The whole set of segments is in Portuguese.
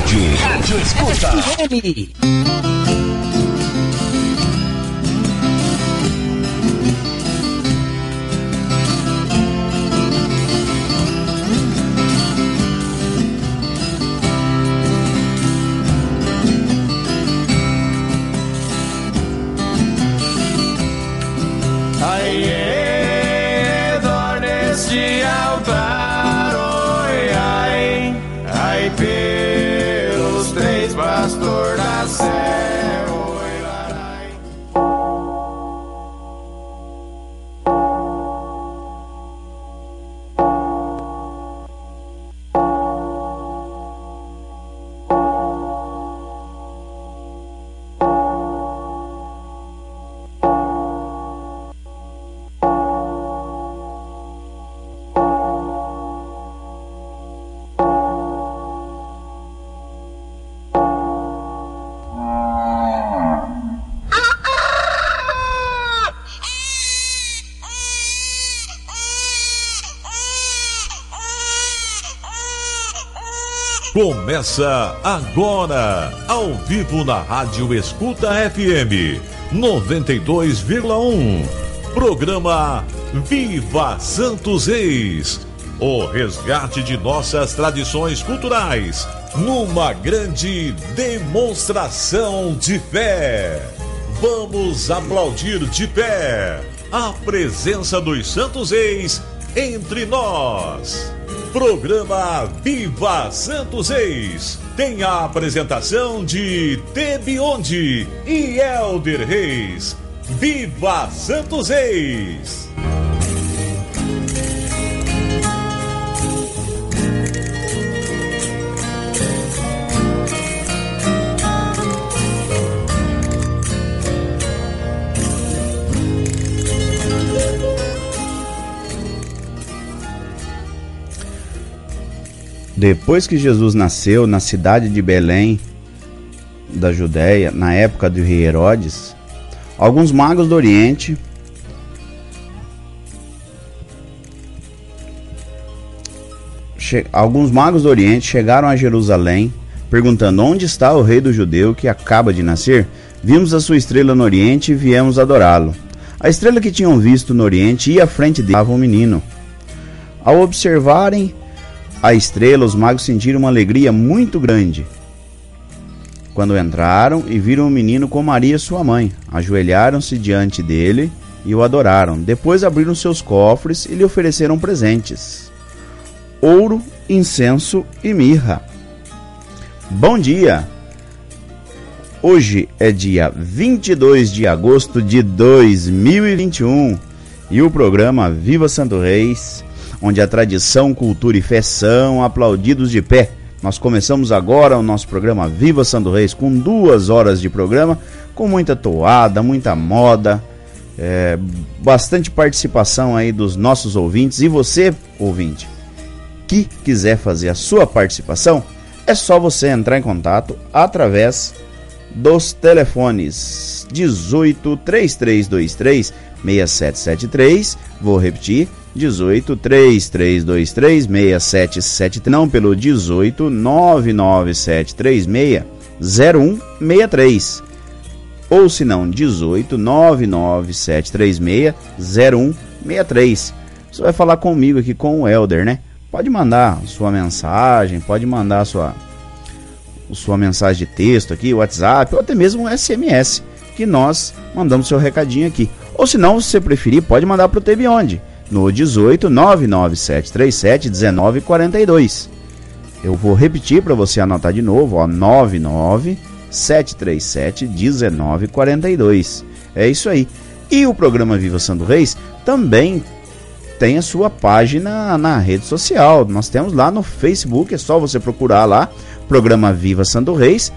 Rádio Escuta FM. Começa agora, ao vivo na Rádio Escuta FM 92,1. Programa Viva Santos Reis. O resgate de nossas tradições culturais numa grande demonstração de fé. Vamos aplaudir de pé a presença dos Santos Reis entre nós. Programa Viva Santos Reis tem a apresentação de Tebionde e Elder Reis. Viva Santos Reis! Depois que Jesus nasceu na cidade de Belém, da Judéia, na época do rei Herodes, alguns magos do Oriente chegaram a Jerusalém, perguntando: onde está o rei do judeu que acaba de nascer? Vimos a sua estrela no Oriente e viemos adorá-lo. A estrela que tinham visto no Oriente ia à frente dele, estava um menino. Ao observarem a estrela, os magos sentiram uma alegria muito grande. Quando entraram e viram o menino com Maria, sua mãe, ajoelharam-se diante dele e o adoraram. Depois abriram seus cofres e lhe ofereceram presentes: ouro, incenso e mirra. Bom dia! Hoje é dia 22 de agosto de 2021 e o programa Viva Santos Reis, onde a tradição, cultura e fé são aplaudidos de pé. Nós começamos agora o nosso programa Viva Santos Reis com 2 horas de programa, com muita toada, muita moda, bastante participação aí dos nossos ouvintes. E você, ouvinte, que quiser fazer a sua participação, é só você entrar em contato através dos telefones 18 3323 6773, vou repetir, 18 3323 6773, não, pelo 18 99736 0163, ou se não, 18 99736 0163. Você vai falar comigo aqui, com o Elder, né? Pode mandar sua mensagem, pode mandar sua mensagem de texto aqui, WhatsApp, ou até mesmo um SMS, que nós mandamos seu recadinho aqui. Ou se não, se você preferir, pode mandar para o Tebionde, no 18 99737 1942. Eu vou repetir para você anotar de novo, ó, 99737 1942. É isso aí. E o programa Viva Santos Reis também tem a sua página na rede social. Nós temos lá no Facebook, é só você procurar lá, programa Viva Santos Reis,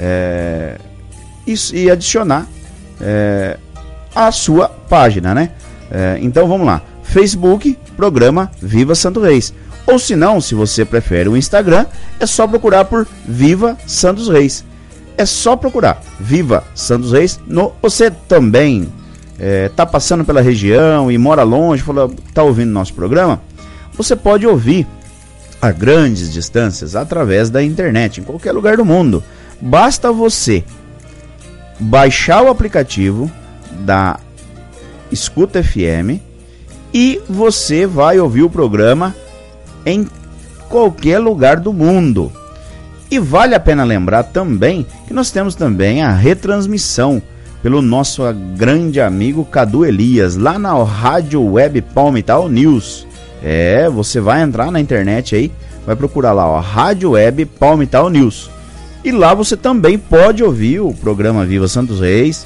e adicionar a sua página, né? Então vamos lá, Facebook, programa Viva Santos Reis. Ou se não, se você prefere o Instagram, é só procurar por Viva Santos Reis. É só procurar Viva Santos Reis. Você também está passando pela região e mora longe, está ouvindo nosso programa, você pode ouvir a grandes distâncias através da internet, em qualquer lugar do mundo. Basta você baixar o aplicativo da Escuta FM e você vai ouvir o programa em qualquer lugar do mundo. E vale a pena lembrar também que nós temos também a retransmissão pelo nosso grande amigo Cadu Elias, lá na Rádio Web Palmital News. Você vai entrar na internet aí, vai procurar lá, Rádio Web Palmital News. E lá você também pode ouvir o programa Viva Santos Reis.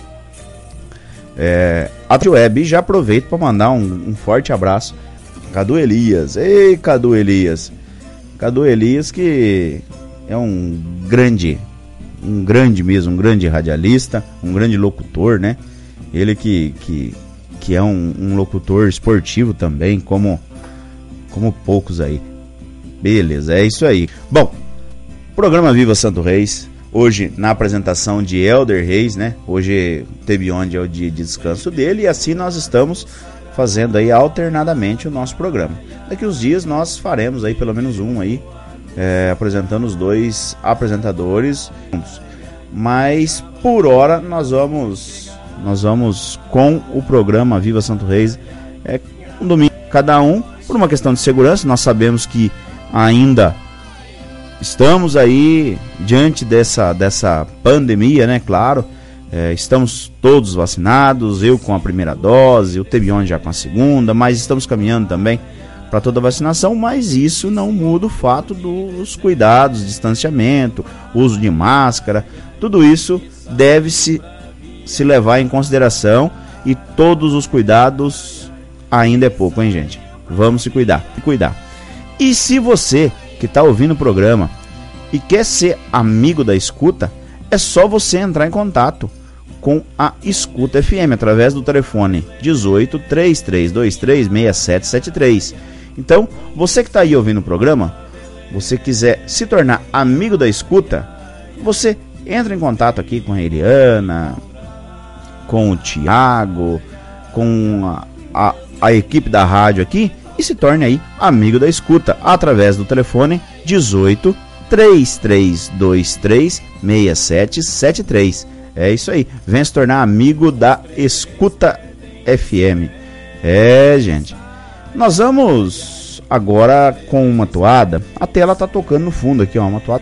A Rádio Web, já aproveito para mandar um forte abraço. Cadu Elias, ei Cadu Elias. Cadu Elias, que é um grande radialista, um grande locutor, né? Ele que é um locutor esportivo também, como poucos aí. Beleza, é isso aí. Bom, programa Viva Santo Reis, hoje na apresentação de Elder Reis, né? Hoje teve onde é o dia de descanso dele e assim nós estamos fazendo aí alternadamente o nosso programa. Daqui uns dias nós faremos aí pelo menos um aí, apresentando os dois apresentadores, mas por hora nós vamos com o programa Viva Santo Reis, um domingo cada um, por uma questão de segurança. Nós sabemos que ainda estamos aí diante dessa pandemia, né? Claro, estamos todos vacinados, eu com a primeira dose, o Tebion já com a segunda, mas estamos caminhando também para toda a vacinação, mas isso não muda o fato dos cuidados, distanciamento, uso de máscara, tudo isso deve se levar em consideração e todos os cuidados ainda é pouco, hein, gente? Vamos se cuidar. E se você que está ouvindo o programa e quer ser amigo da Escuta, é só você entrar em contato com a Escuta FM através do telefone 18 3323 6773. Então, você que está aí ouvindo o programa, você quiser se tornar amigo da Escuta, você entra em contato aqui com a Eliana, com o Thiago, com a equipe da rádio aqui e se torne aí amigo da Escuta através do telefone 18 3323 6773. É isso aí, vem se tornar amigo da Escuta FM. Gente, nós vamos agora com uma toada. A tela tá tocando no fundo aqui, uma toada.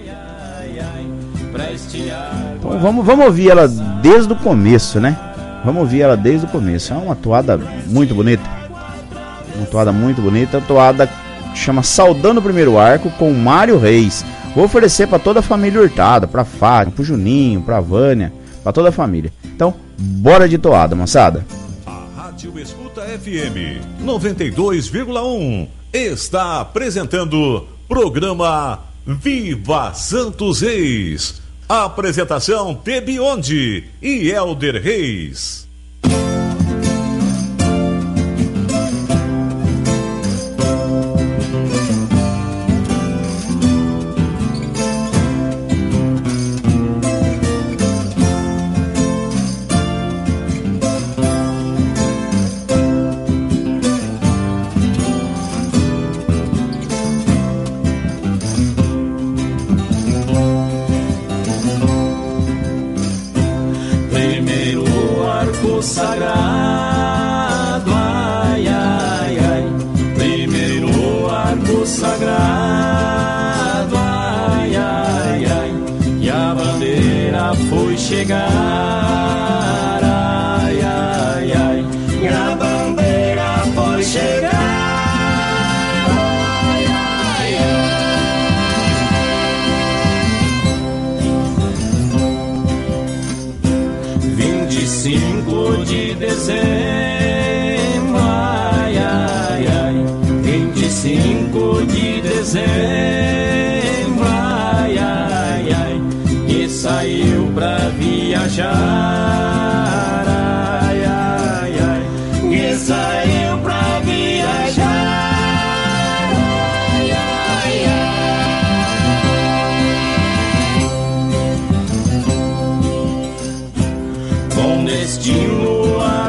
Então vamos ouvir ela desde o começo, né? Vamos ouvir ela desde o começo. É uma toada muito bonita. Uma toada muito bonita. A toada chama Saudando o Primeiro Arco com Mário Reis. Vou oferecer para toda a família Hurtado, para Fátima, pro Juninho, pra Vânia, para toda a família. Então, bora de toada, moçada. A Rádio Escuta FM 92,1 está apresentando programa Viva Santos Reis. Apresentação Tebionde e Elder Reis. Sagrado, ai, ai, ai, primeiro arco sagrado, ai, ai, ai, e a bandeira foi chegar, ai, ai, ai, e a bandeira foi chegar, ai, ai, ai. 25 de dezembro, ai, ai, ai, 25 de dezembro, ai, ai, ai, e saiu pra viajar, ai, ai, ai, e saiu pra viajar, ai, ai, ai, com destino a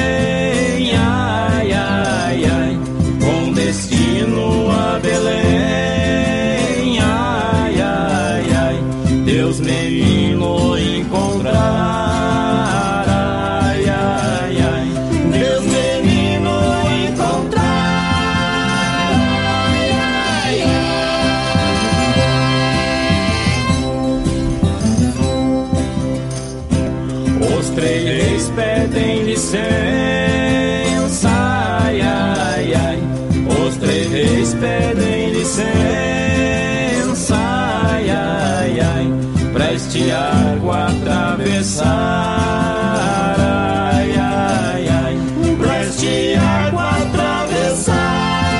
Belém, ai, ai, ai, com destino a Belém, três reis pedem licença, ai, ai, ai. Os três reis pedem licença, ai, ai, ai. Pra este arco atravessar, ai, ai, ai. Pra este arco atravessar.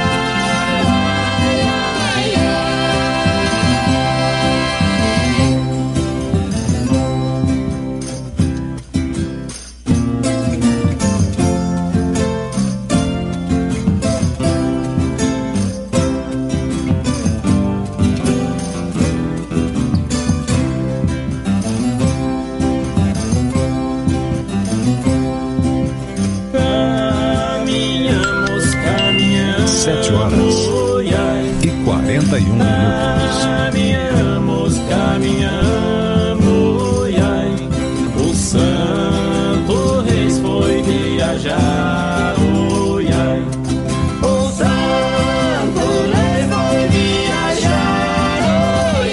Caminhamos, caminhamos, ai. O Santo Reis foi viajar, oi, ai. O Santo Reis foi viajar, oi,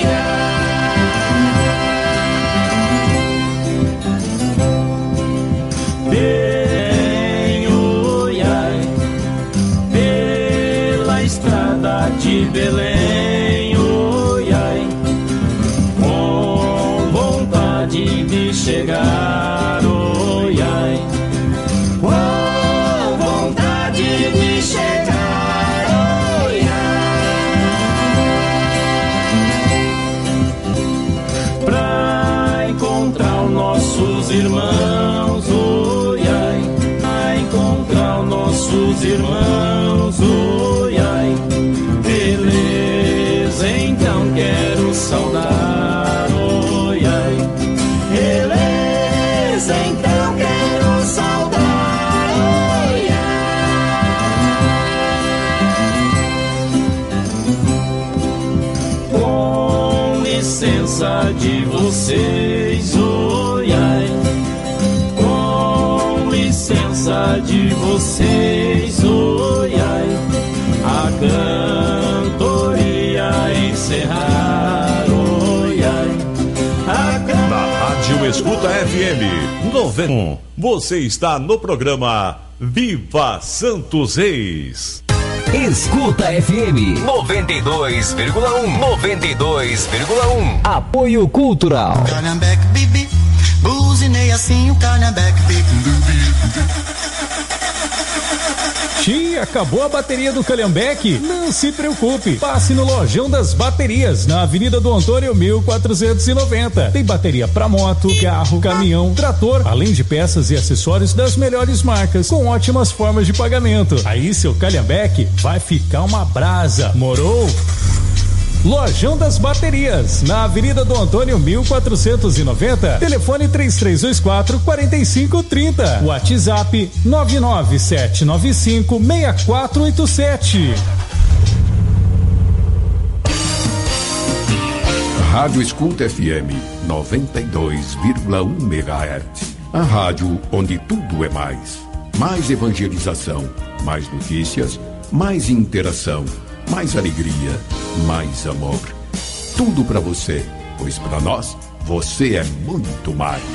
ai. Bem, oi, ai. Pela estrada de Belém. Chegar, oi, ai. Com vontade de chegar, oi, ai. Pra encontrar os nossos irmãos, oi, ai. Pra encontrar os nossos irmãos, oi, ai. Beleza, então quero saudar, oi, ai. Beleza, então quero saudar, oi, ai. Com licença de vocês, oi, ai. Com licença de vocês, oi, ai. A cantoria encerrar, oi, ai. Rádio Escuta FM 91. Você está no programa Viva Santos Reis. Escuta FM 92,1. 92,1. Apoio Cultural. Calhambeque, bibi, buzinei assim o calhambeque, bibi. Tia, acabou a bateria do Calhambeque? Não se preocupe, passe no Lojão das Baterias, na Avenida do Antônio 1490. Tem bateria para moto, carro, caminhão, trator, além de peças e acessórios das melhores marcas, com ótimas formas de pagamento. Aí seu Calhambeque vai ficar uma brasa, morou? Lojão das Baterias, na Avenida do Antônio 1490, telefone 3324-4530, WhatsApp 99795-6487. Rádio Escuta FM 92,1 MHz. A rádio onde tudo é mais. Mais evangelização, mais notícias, mais interação, mais alegria, mais amor. Tudo para você, pois para nós, você é muito mais.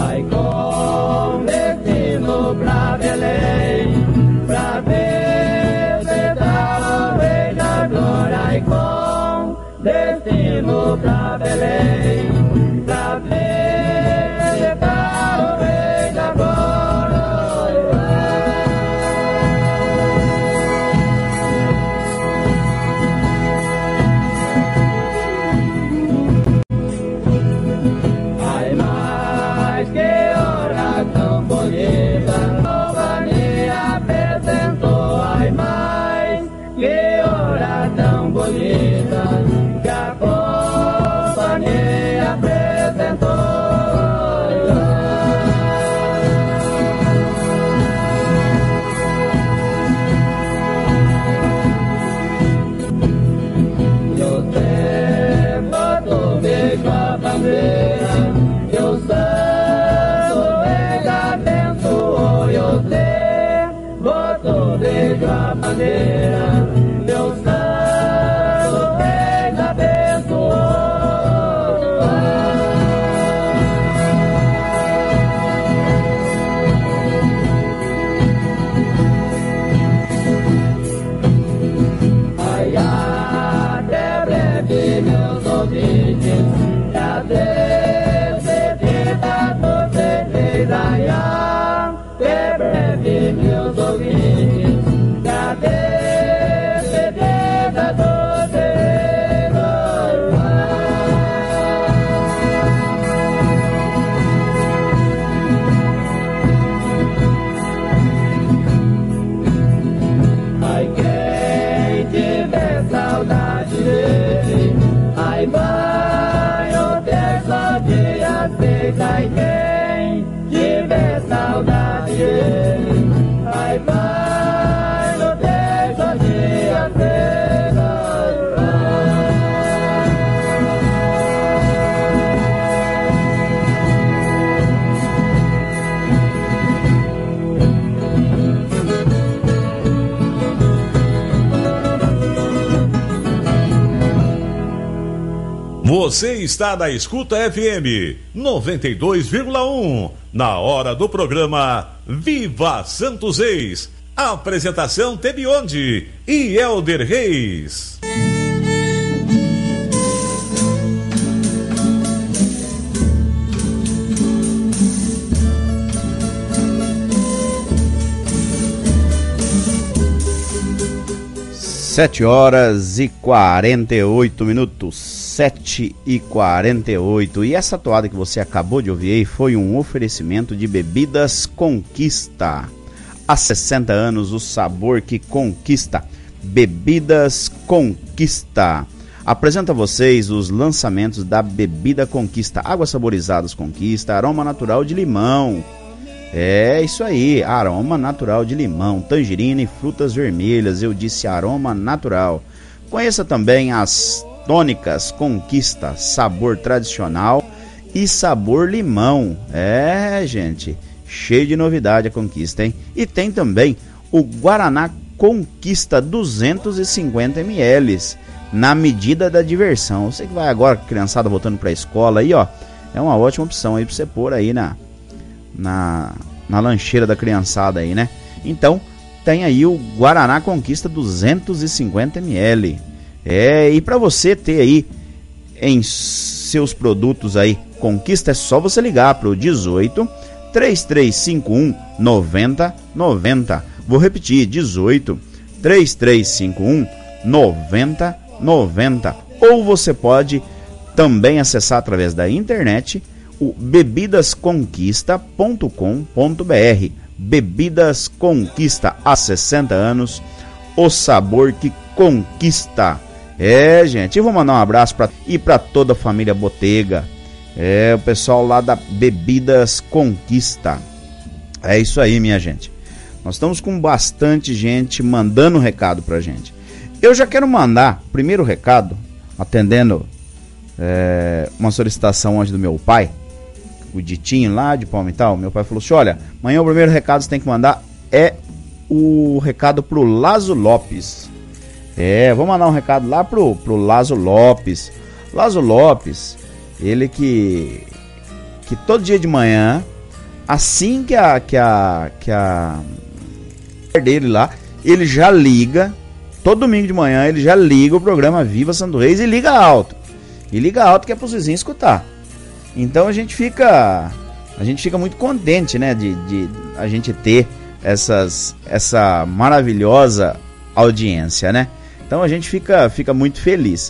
Pra Belém, pra ver vida que a companhia apresentou. Eu sempre boto beijo a bandeira, eu santo pega abençoou. Eu sempre boto beijo a bandeira, meu santo pega abençoou. Ai, até breve, meus ouvintes, até despedida do cerveja. Ai, até breve, meus ouvintes, até despedida do cerveja. Ai, quem tiver saudade dele, ai, vai no terço dia 6. Ai, quem tiver saudade dele, ai, vai no terço dia 6. Você está na Escuta FM 92,1, na hora do programa Viva Santos Reis. Apresentação Tebionde e Elder Reis. Sete horas e 48 minutos. 7h48. E essa toada que você acabou de ouvir aí foi um oferecimento de Bebidas Conquista. Há 60 anos, o sabor que conquista. Bebidas Conquista. Apresento a vocês os lançamentos da Bebida Conquista. Águas saborizadas Conquista, aroma natural de limão. É isso aí, aroma natural de limão, tangerina e frutas vermelhas. Eu disse aroma natural. Conheça também as tônicas Conquista, sabor tradicional e sabor limão. É, gente, cheio de novidade a Conquista, hein? E tem também o Guaraná Conquista 250 ml, na medida da diversão. Você que vai agora, criançada voltando para a escola aí, ó, é uma ótima opção aí para você pôr aí na lancheira da criançada aí, né? Então, tem aí o Guaraná Conquista 250 ml. É, e para você ter aí em seus produtos aí Conquista, é só você ligar para o 18 3351 9090. Vou repetir, 18 3351 9090. Ou você pode também acessar através da internet o bebidasconquista.com.br. Bebidas Conquista, há 60 anos, o sabor que conquista. É, gente, e vou mandar um abraço para toda a família Botega. É, o pessoal lá da Bebidas Conquista. É isso aí, minha gente. Nós estamos com bastante gente mandando recado pra gente. Eu já quero mandar o primeiro recado, atendendo uma solicitação hoje do meu pai, o Ditinho lá de Palmital. Meu pai falou assim: olha, amanhã o primeiro recado que você tem que mandar é o recado pro Lazo Lopes. Vou mandar um recado lá pro Lazo Lopes. Lazo Lopes, ele que todo dia de manhã, assim que a dele lá, ele já liga, todo domingo de manhã ele já liga o programa Viva Santo Reis e liga alto. E liga alto que é pro vizinho escutar. Então a gente fica muito contente, né, de a gente ter essa maravilhosa audiência, né? Então a gente fica muito feliz.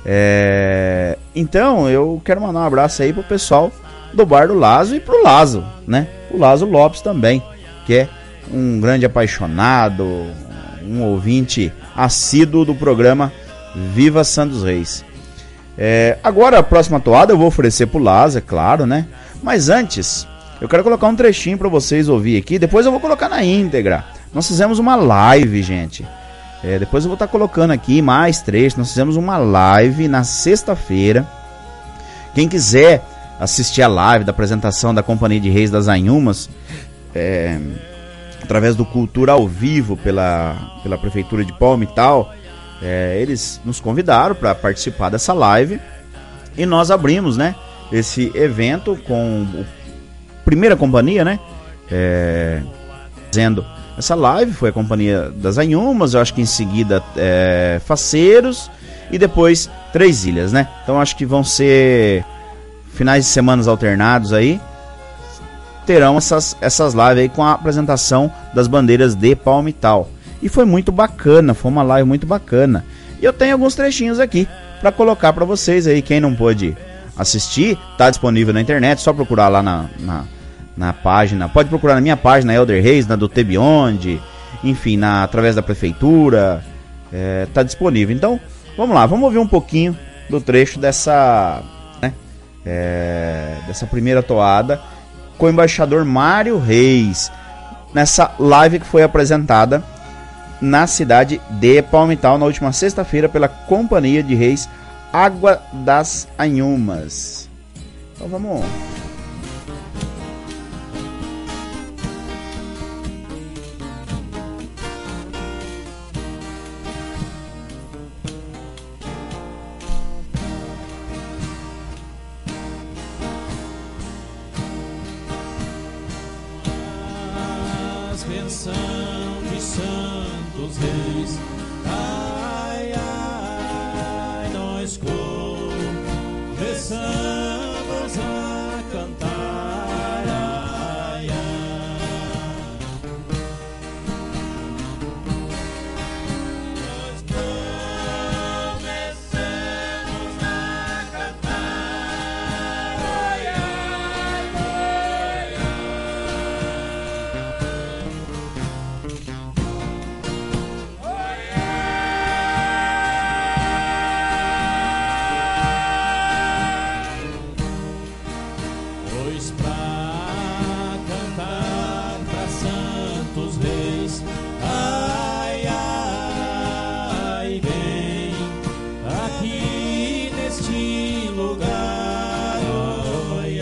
Então eu quero mandar um abraço aí pro pessoal do Bar do Lazo e pro Lazo, né? O Lazo Lopes também, que é um grande apaixonado, um ouvinte assíduo do programa Viva Santos Reis. Agora a próxima toada eu vou oferecer pro Lázaro, é claro, né? Mas antes, eu quero colocar um trechinho para vocês ouvir aqui. Depois eu vou colocar na íntegra. Nós fizemos uma live, gente. Depois eu vou estar colocando aqui mais trechos. Nós fizemos uma live na sexta-feira. Quem quiser assistir a live da apresentação da Companhia de Reis das Anhumas, através do Cultura ao Vivo pela Prefeitura de Palmital, eles nos convidaram para participar dessa live. E nós abrimos, né, esse evento com a primeira companhia, né, fazendo essa live. Foi a Companhia das Anhumas, eu acho que em seguida Faceiros e depois Três Ilhas, né? Então acho que vão ser finais de semanas alternados aí. Terão essas lives aí com a apresentação das bandeiras de Palmital. E foi muito bacana, foi uma live muito bacana. E eu tenho alguns trechinhos aqui para colocar para vocês aí. Quem não pôde assistir, tá disponível na internet, só procurar lá na página. Pode procurar na minha página, Elder Reis, na do Tebionde, enfim, através da prefeitura, tá disponível. Então, vamos lá, vamos ouvir um pouquinho do trecho dessa primeira toada com o embaixador Mário Reis, nessa live que foi apresentada na cidade de Palmital na última sexta-feira pela Companhia de Reis Água das Anhumas. Então vamos. Benção de Santos Reis, ai, ai, nós começamos a cantar, ai, ai. Nós começamos a cantar, ai, ai, ai, ai. Pois pra cantar pra Santos Reis, ai, ai, vem aqui neste lugar, oi,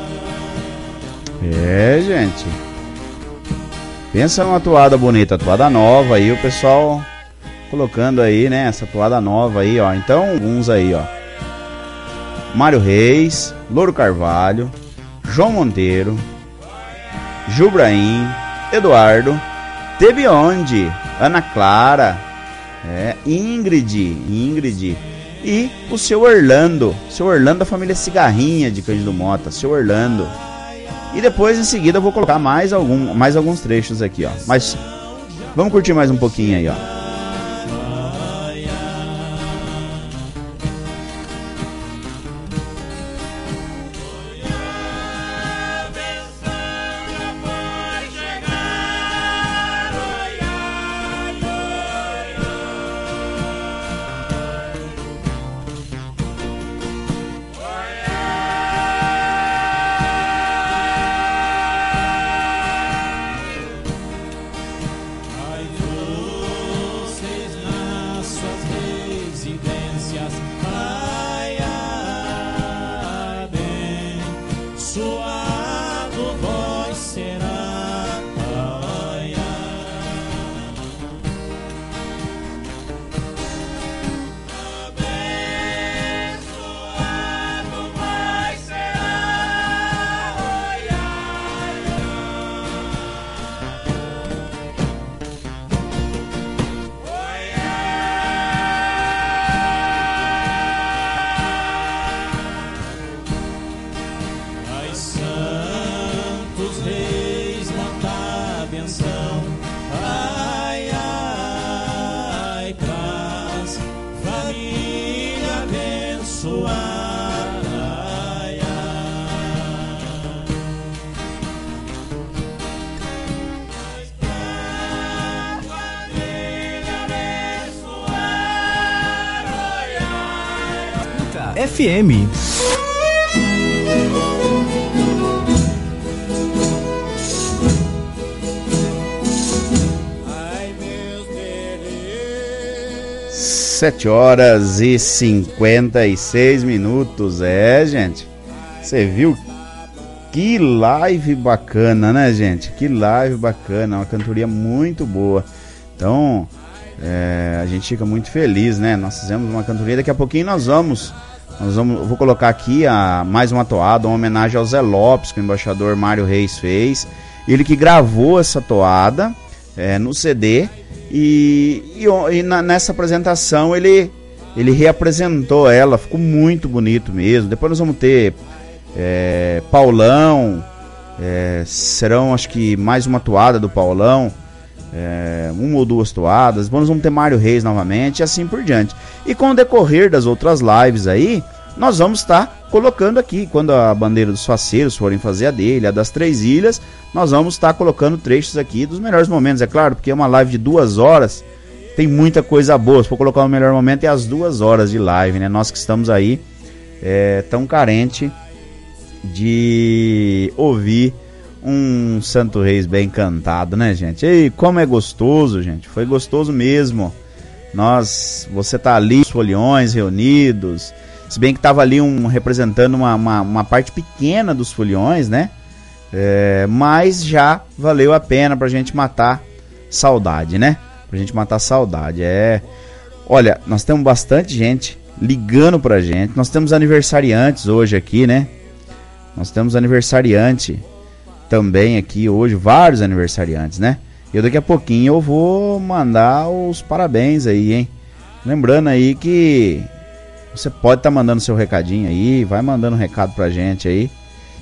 ai. Gente, pensa numa toada bonita, toada nova aí, o pessoal colocando aí, né, essa toada nova aí, ó. Então, alguns aí, ó: Mário Reis, Louro Carvalho, João Monteiro, Gilbraim, Eduardo, Tebionde, Ana Clara, Ingrid e o seu Orlando da família Cigarrinha de Cândido Mota, seu Orlando. E depois em seguida eu vou colocar mais alguns trechos aqui, ó. Mas vamos curtir mais um pouquinho aí, ó. FM. Sete horas e 56 minutos. Gente, você viu que live bacana, né, gente? Que live bacana, uma cantoria muito boa. Então, a gente fica muito feliz, né? Nós fizemos uma cantoria, daqui a pouquinho nós vamos eu vou colocar aqui mais uma toada, uma homenagem ao Zé Lopes, que o embaixador Mário Reis fez. Ele que gravou essa toada no CD. Nessa apresentação ele reapresentou ela, ficou muito bonito mesmo. Depois nós vamos ter Paulão, serão acho que mais uma toada do Paulão, uma ou duas toadas. Depois nós vamos ter Mário Reis novamente e assim por diante. E com o decorrer das outras lives aí, nós vamos estar colocando aqui, quando a bandeira dos faceiros forem fazer a dele, a das Três Ilhas, nós vamos estar colocando trechos aqui dos melhores momentos, é claro, porque é uma live de 2 horas, tem muita coisa boa. Se for colocar o melhor momento, é as 2 horas de live, né? Nós que estamos aí tão carente de ouvir um Santo Reis bem cantado, né, gente? E como é gostoso, gente, foi gostoso mesmo. Você tá ali, os foliões reunidos, se bem que tava ali representando uma parte pequena dos foliões, né? Mas já valeu a pena pra gente matar saudade, né? Pra gente matar saudade. Olha, nós temos bastante gente ligando pra gente. Nós temos aniversariantes hoje aqui, né? Nós temos aniversariante também aqui hoje, vários aniversariantes, né? E daqui a pouquinho eu vou mandar os parabéns aí, hein? Lembrando aí que você pode estar mandando seu recadinho aí, vai mandando um recado pra gente aí.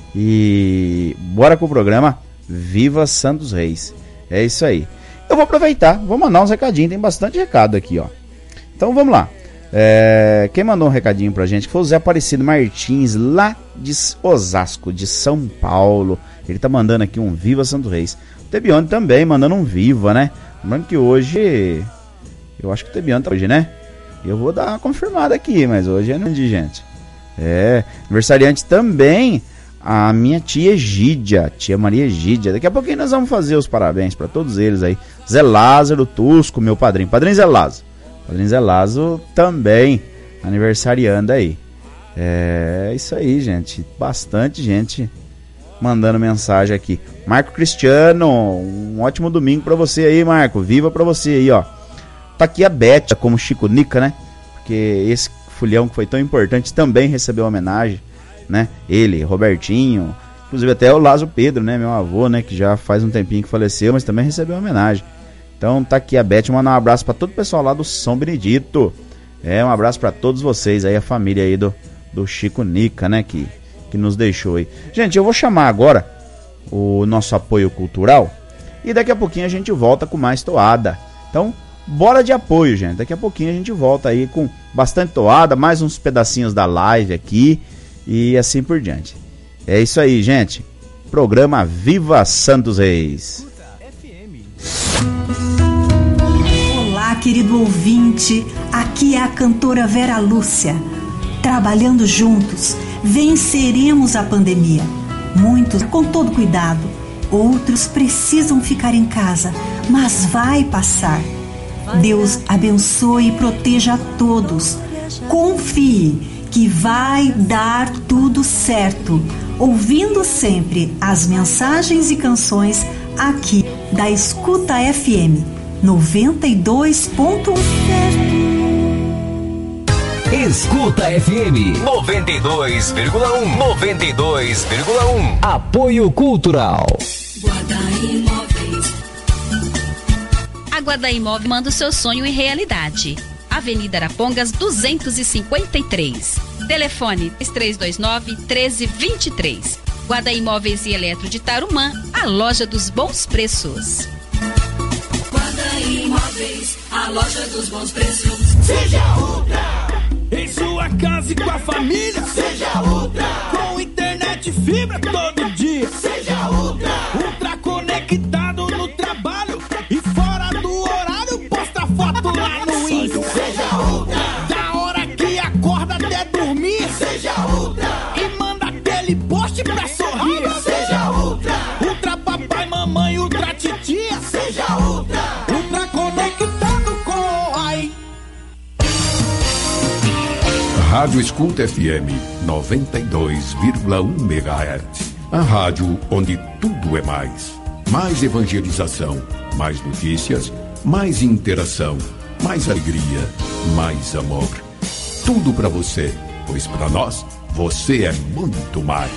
E bora com o programa Viva Santos Reis. É isso aí. Eu vou aproveitar, vou mandar uns recadinhos, tem bastante recado aqui, ó. Então vamos lá. Quem mandou um recadinho pra gente foi o Zé Aparecido Martins, lá de Osasco, de São Paulo. Ele tá mandando aqui um Viva Santos Reis. O Tebione também mandando um Viva, né? Lembrando que hoje, eu acho que o Tebione tá hoje, né? Eu vou dar uma confirmada aqui, mas hoje é de gente. Aniversariante também a minha tia Egídia, tia Maria Egídia. Daqui a pouquinho nós vamos fazer os parabéns para todos eles aí. Zé Lázaro Tusco, meu padrinho Zé Lázaro. Padrinho Zé Lázaro também aniversariando aí. Isso aí, gente. Bastante gente mandando mensagem aqui. Marco Cristiano, um ótimo domingo para você aí, Marco. Viva para você aí, ó. Tá aqui a Beth como Chico Nica, né? Porque esse folião que foi tão importante também recebeu homenagem, né? Ele, Robertinho, inclusive até o Lázaro Pedro, né? Meu avô, né? Que já faz um tempinho que faleceu, mas também recebeu homenagem. Então tá aqui a Beth, mandar um abraço para todo o pessoal lá do São Benedito. Um abraço para todos vocês aí, a família aí do Chico Nica, né? Que nos deixou aí. Gente, eu vou chamar agora o nosso apoio cultural e daqui a pouquinho a gente volta com mais toada. Então, bora de apoio, gente. Daqui a pouquinho a gente volta aí com bastante toada, mais uns pedacinhos da live aqui e assim por diante. É isso aí, gente. Programa Viva Santos Reis. Olá, querido ouvinte. Aqui é a cantora Vera Lúcia. Trabalhando juntos, venceremos a pandemia. Muitos com todo cuidado, outros precisam ficar em casa, mas vai passar. Deus abençoe e proteja a todos. Confie que vai dar tudo certo. Ouvindo sempre as mensagens e canções aqui da Escuta FM 92.1. Escuta FM 92,1. 92,1. Apoio Cultural. A Guadá Imóveis manda o seu sonho em realidade. Avenida Arapongas 253. Telefone 3329-1323. Guadá Imóveis e Eletro de Tarumã, a loja dos bons preços. Guadá Imóveis, a loja dos bons preços. Seja Ultra. Em sua casa e com a família. Seja Ultra. Com internet e fibra todo dia. Seja Ultra. Ultra conectado no trabalho e fora do horário, posta foto lá no Insta. Seja Ultra. Da hora que acorda até dormir. Rádio Escuta FM 92,1 MHz. A rádio onde tudo é mais. Mais evangelização, mais notícias, mais interação, mais alegria, mais amor. Tudo para você, pois para nós, você é muito mais.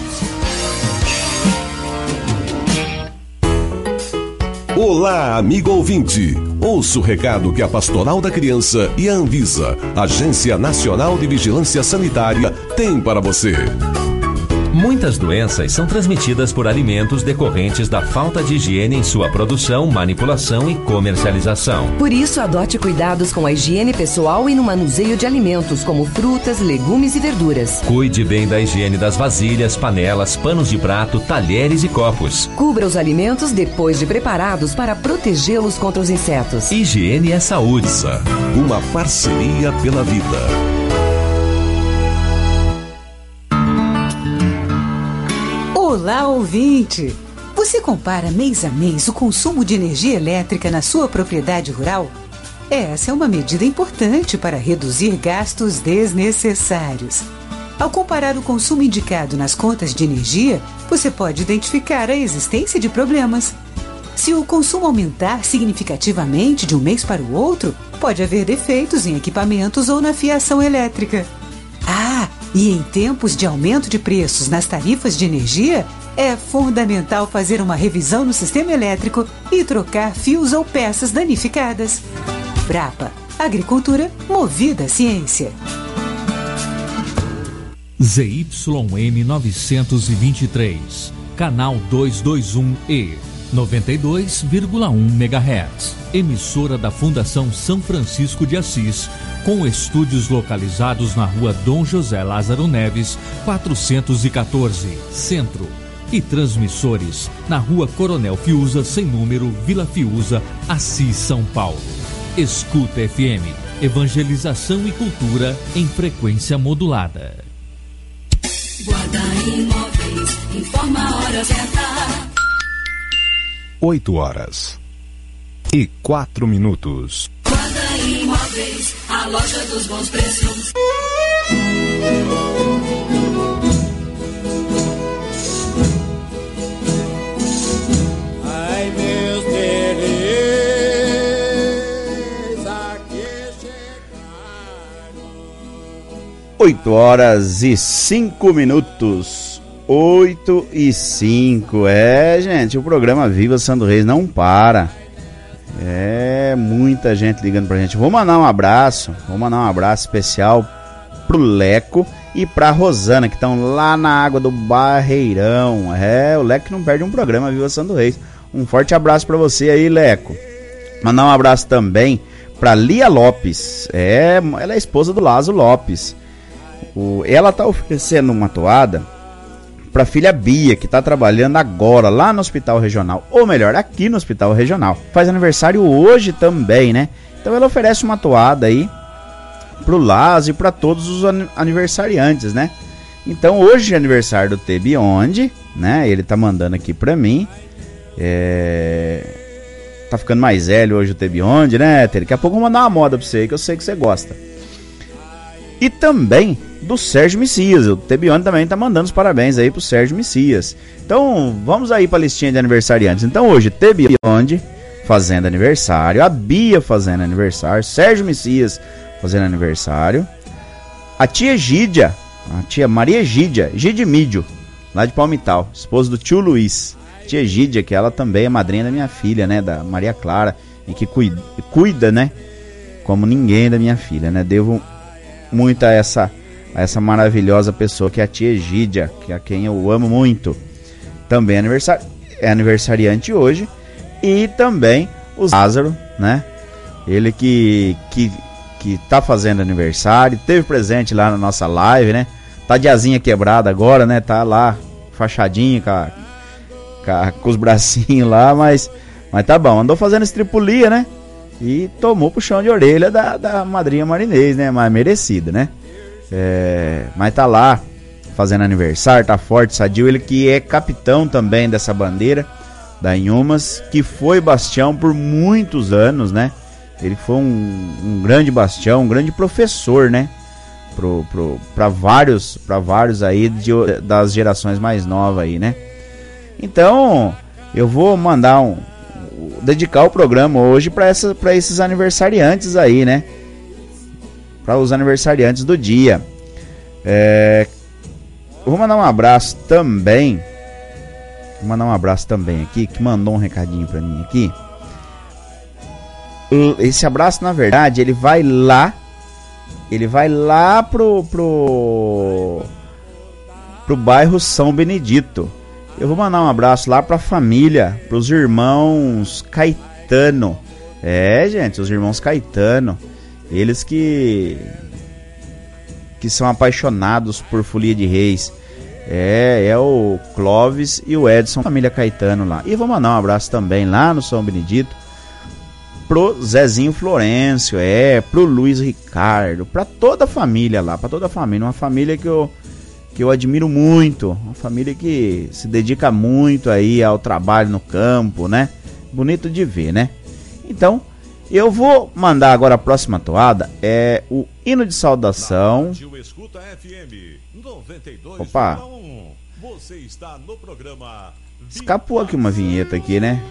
Olá, amigo ouvinte. Ouça o recado que a Pastoral da Criança e a Anvisa, Agência Nacional de Vigilância Sanitária, tem para você. Muitas doenças são transmitidas por alimentos decorrentes da falta de higiene em sua produção, manipulação e comercialização. Por isso, adote cuidados com a higiene pessoal e no manuseio de alimentos como frutas, legumes e verduras. Cuide bem da higiene das vasilhas, panelas, panos de prato, talheres e copos. Cubra os alimentos depois de preparados para protegê-los contra os insetos. Higiene é saúde. Uma parceria pela vida. Olá, ouvinte! Você compara mês a mês o consumo de energia elétrica na sua propriedade rural? Essa é uma medida importante para reduzir gastos desnecessários. Ao comparar o consumo indicado nas contas de energia, você pode identificar a existência de problemas. Se o consumo aumentar significativamente de um mês para o outro, pode haver defeitos em equipamentos ou na fiação elétrica. E em tempos de aumento de preços nas tarifas de energia, é fundamental fazer uma revisão no sistema elétrico e trocar fios ou peças danificadas. Brapa, agricultura movida à ciência. ZYM 923, canal 221E, 92,1 MHz. Emissora da Fundação São Francisco de Assis, com estúdios localizados na rua Dom José Lázaro Neves, 414, Centro. E transmissores na rua Coronel Fiuza, sem número, Vila Fiuza, Assis, São Paulo. Escuta FM, evangelização e cultura em frequência modulada. Guarda Imóveis, informa a hora certa. 8h04. Guarda Imóveis, a loja dos bons preços. Ai, meus deleites, aqui chegaram. 8h05. 8h05. Gente, o programa Viva Santo Reis não para. Muita gente ligando pra gente. Vou mandar um abraço especial pro Leco e pra Rosana, que estão lá na água do Barreirão. O Leco que não perde um programa Viva Santo Reis. Um forte abraço pra você aí, Leco. Mandar um abraço também pra Lia Lopes. Ela é esposa do Lázaro Lopes. Ela tá oferecendo uma toada pra filha Bia, que tá trabalhando agora lá no Hospital Regional, ou melhor, aqui no Hospital Regional. Faz aniversário hoje também, né? Então ela oferece uma toada aí pro Lázaro e pra todos os aniversariantes, né? Então hoje é aniversário do Tebionde, né? Ele tá mandando aqui pra mim. Tá ficando mais velho hoje o Tebionde, né? Daqui a pouco eu vou mandar uma moda pra você aí, que eu sei que você gosta. E também do Sérgio Messias. O Tebionde também tá mandando os parabéns aí pro Sérgio Messias. Então vamos aí pra listinha de aniversariantes. Então hoje Tebionde fazendo aniversário, a Bia fazendo aniversário, Sérgio Messias fazendo aniversário, a tia Gídia, a tia Maria Gidimídio, lá de Palmital, esposa do tio Luiz. Tia Gídia, que ela também é madrinha da minha filha, né, da Maria Clara, e que cuida, né, como ninguém da minha filha, né. Devo muito a essa maravilhosa pessoa que é a tia Gídia, que é a quem eu amo muito. Também é aniversariante hoje. E também o Lázaro, né? Ele que tá fazendo aniversário, teve presente lá na nossa live, né? Tá de asinha quebrada agora, né? Tá lá fachadinho com os bracinhos lá, mas tá bom. Andou fazendo estripulia, né? E tomou puxão de orelha da madrinha Marinês, né? Mas merecida, né? Mas tá lá fazendo aniversário, tá forte, sadio. Ele que é capitão também dessa bandeira da Inhumas, que foi bastião por muitos anos, né? Ele foi um grande bastião, um grande professor, né? para vários aí das gerações mais novas aí, né? Então, eu vou mandar dedicar o programa hoje para esses aniversariantes aí, né? Para os aniversariantes do dia. Vou mandar um abraço também. Aqui, que mandou um recadinho para mim aqui. Esse abraço, na verdade, ele vai lá pro bairro São Benedito. Eu vou mandar um abraço lá pra família, pros irmãos Caetano. Gente, os irmãos Caetano. Eles que são apaixonados por Folia de Reis. É o Clóvis e o Edson, família Caetano lá. E vou mandar um abraço também lá no São Benedito pro Zezinho Florencio, pro Luiz Ricardo, pra toda a família lá, uma família que eu admiro muito, uma família que se dedica muito aí ao trabalho no campo, né? Bonito de ver, né? Então, eu vou mandar agora a próxima toada, o hino de saudação. Opa! Escapou aqui uma vinheta aqui, né?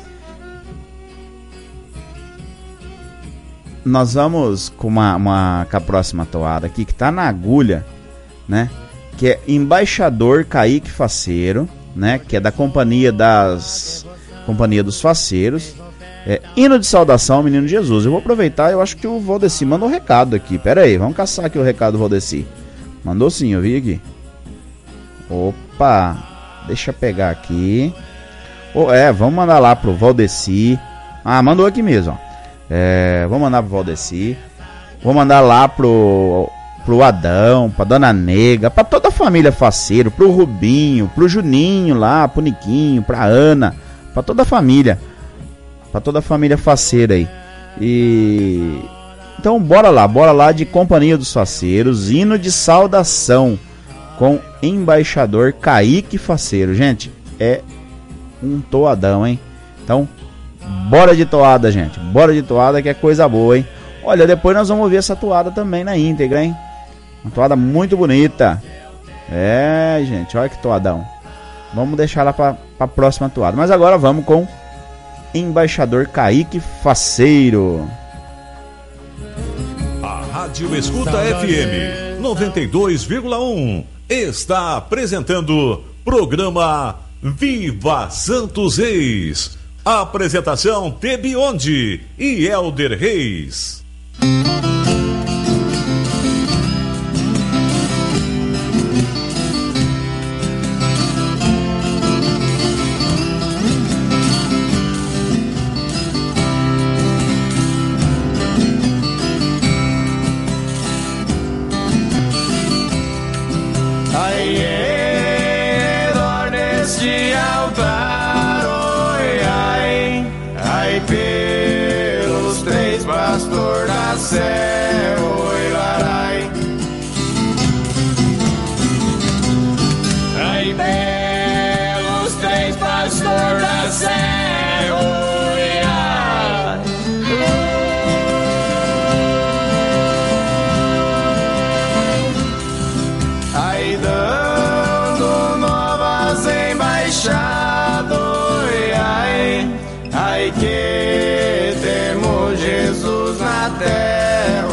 Nós vamos com com a próxima toada aqui, que tá na agulha, né? Que é Embaixador Kaique Faceiro, né? Que é da Companhia dos Faceiros. Hino de saudação, Menino Jesus. Eu vou aproveitar, eu acho que o Valdeci mandou um recado aqui. Pera aí, vamos caçar aqui o recado do Valdeci. Mandou sim, eu vi aqui. Opa, deixa eu pegar aqui. Vamos mandar lá pro Valdeci. Mandou aqui mesmo, ó. Vou mandar pro Valdeci. Vou mandar lá pro Adão, pra Dona Nega, pra toda a família Faceiro, pro Rubinho, pro Juninho lá, pro Niquinho, pra Ana, pra toda a família Faceira aí. Então bora lá de Companhia dos Faceiros, hino de saudação com Embaixador Kaique Faceiro. Gente, é um toadão, hein? Então bora de toada, gente. Bora de toada, que é coisa boa, hein? Olha, depois nós vamos ouvir essa toada também na íntegra, hein? Uma toada muito bonita. Gente, olha que toadão. Vamos deixar lá pra próxima toada. Mas agora vamos com Embaixador Kaique Faceiro. A Rádio Escuta FM 92,1 está apresentando programa Viva Santos Reis. Apresentação Tebionde e Elder Reis. Ai que temos Jesus na terra.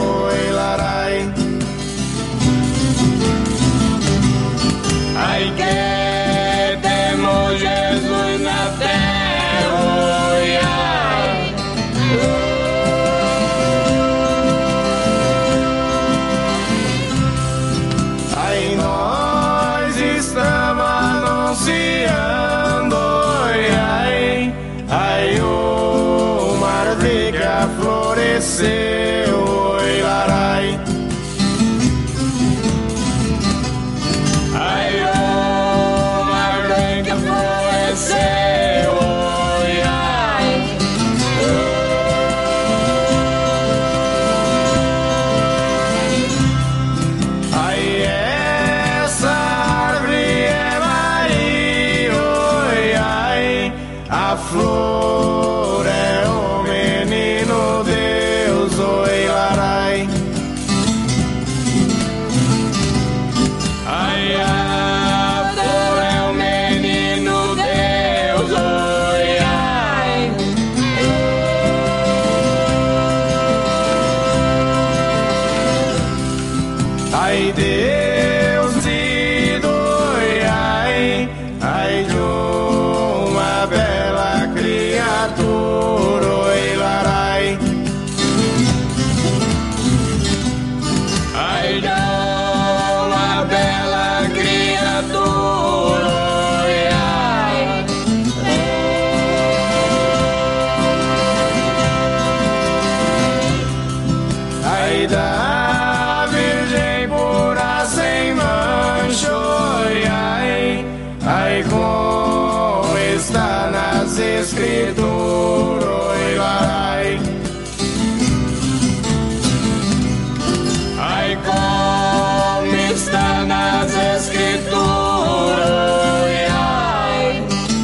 Ai Deus e doi, ai de uma bela criatura, oi larai. Ai de uma bela criatura, oi ai. Ai da Virgem pura sem mancha, oi ai. Ai como está nas escrituras, oi larai. Ai como está nas escrituras, oi ai.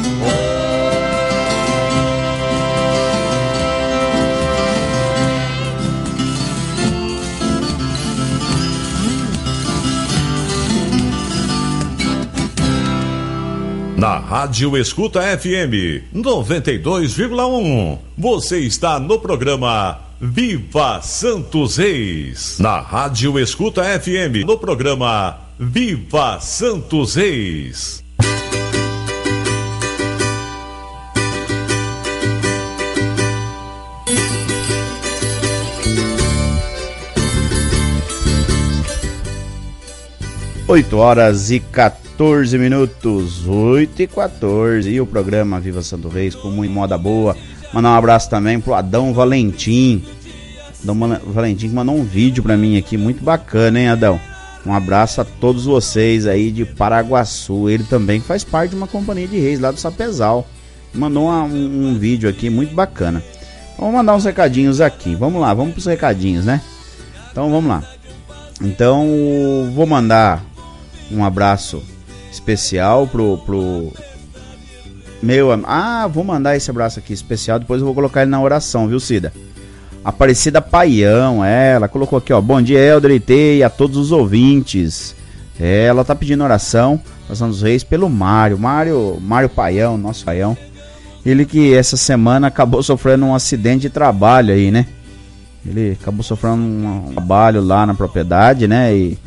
Na Rádio Escuta FM 92,1, você está no programa Viva Santos Reis. Na Rádio Escuta FM, no programa Viva Santos Reis. Oito horas e 14 minutos, 8h14, e o programa Viva Santo Reis com muito moda boa. Mandar um abraço também pro Adão Valentim. Adão Valentim que mandou um vídeo pra mim aqui, muito bacana, hein, Adão? Um abraço a todos vocês aí de Paraguaçu. Ele também faz parte de uma companhia de reis lá do Sapezal. Mandou um vídeo aqui muito bacana. Vamos mandar uns recadinhos aqui. Vamos lá, vamos pros recadinhos, né? Então vamos lá. Então vou mandar um abraço especial pro meu... vou mandar esse abraço aqui especial, depois eu vou colocar ele na oração, viu, Cida? Aparecida Paião, ela colocou aqui, ó: bom dia, Helder e a todos os ouvintes. Ela tá pedindo oração, oração dos reis, pelo Mário Paião, nosso Paião. Ele que essa semana acabou sofrendo um acidente de trabalho aí, né? Ele acabou sofrendo um trabalho lá na propriedade, né? E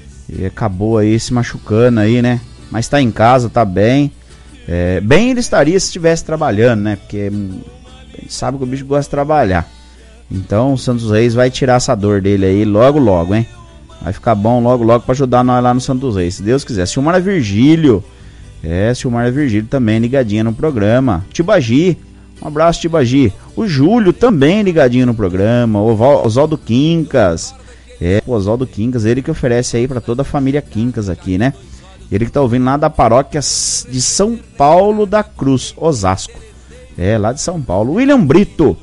acabou aí se machucando aí, né? Mas tá em casa, tá bem. Bem ele estaria se estivesse trabalhando, né? Porque a gente sabe que o bicho gosta de trabalhar. Então o Santos Reis vai tirar essa dor dele aí logo logo, hein? Vai ficar bom logo logo pra ajudar nós lá no Santos Reis, se Deus quiser. Silmara Virgílio. Silmara Virgílio também ligadinha no programa. Tibagi, um abraço, Tibagi. O Júlio também ligadinho no programa. O Oswaldo Quincas. O Oswaldo Quincas, ele que oferece aí pra toda a família Quincas aqui, né? Ele que tá ouvindo lá da paróquia de São Paulo da Cruz, Osasco. Lá de São Paulo. William Brito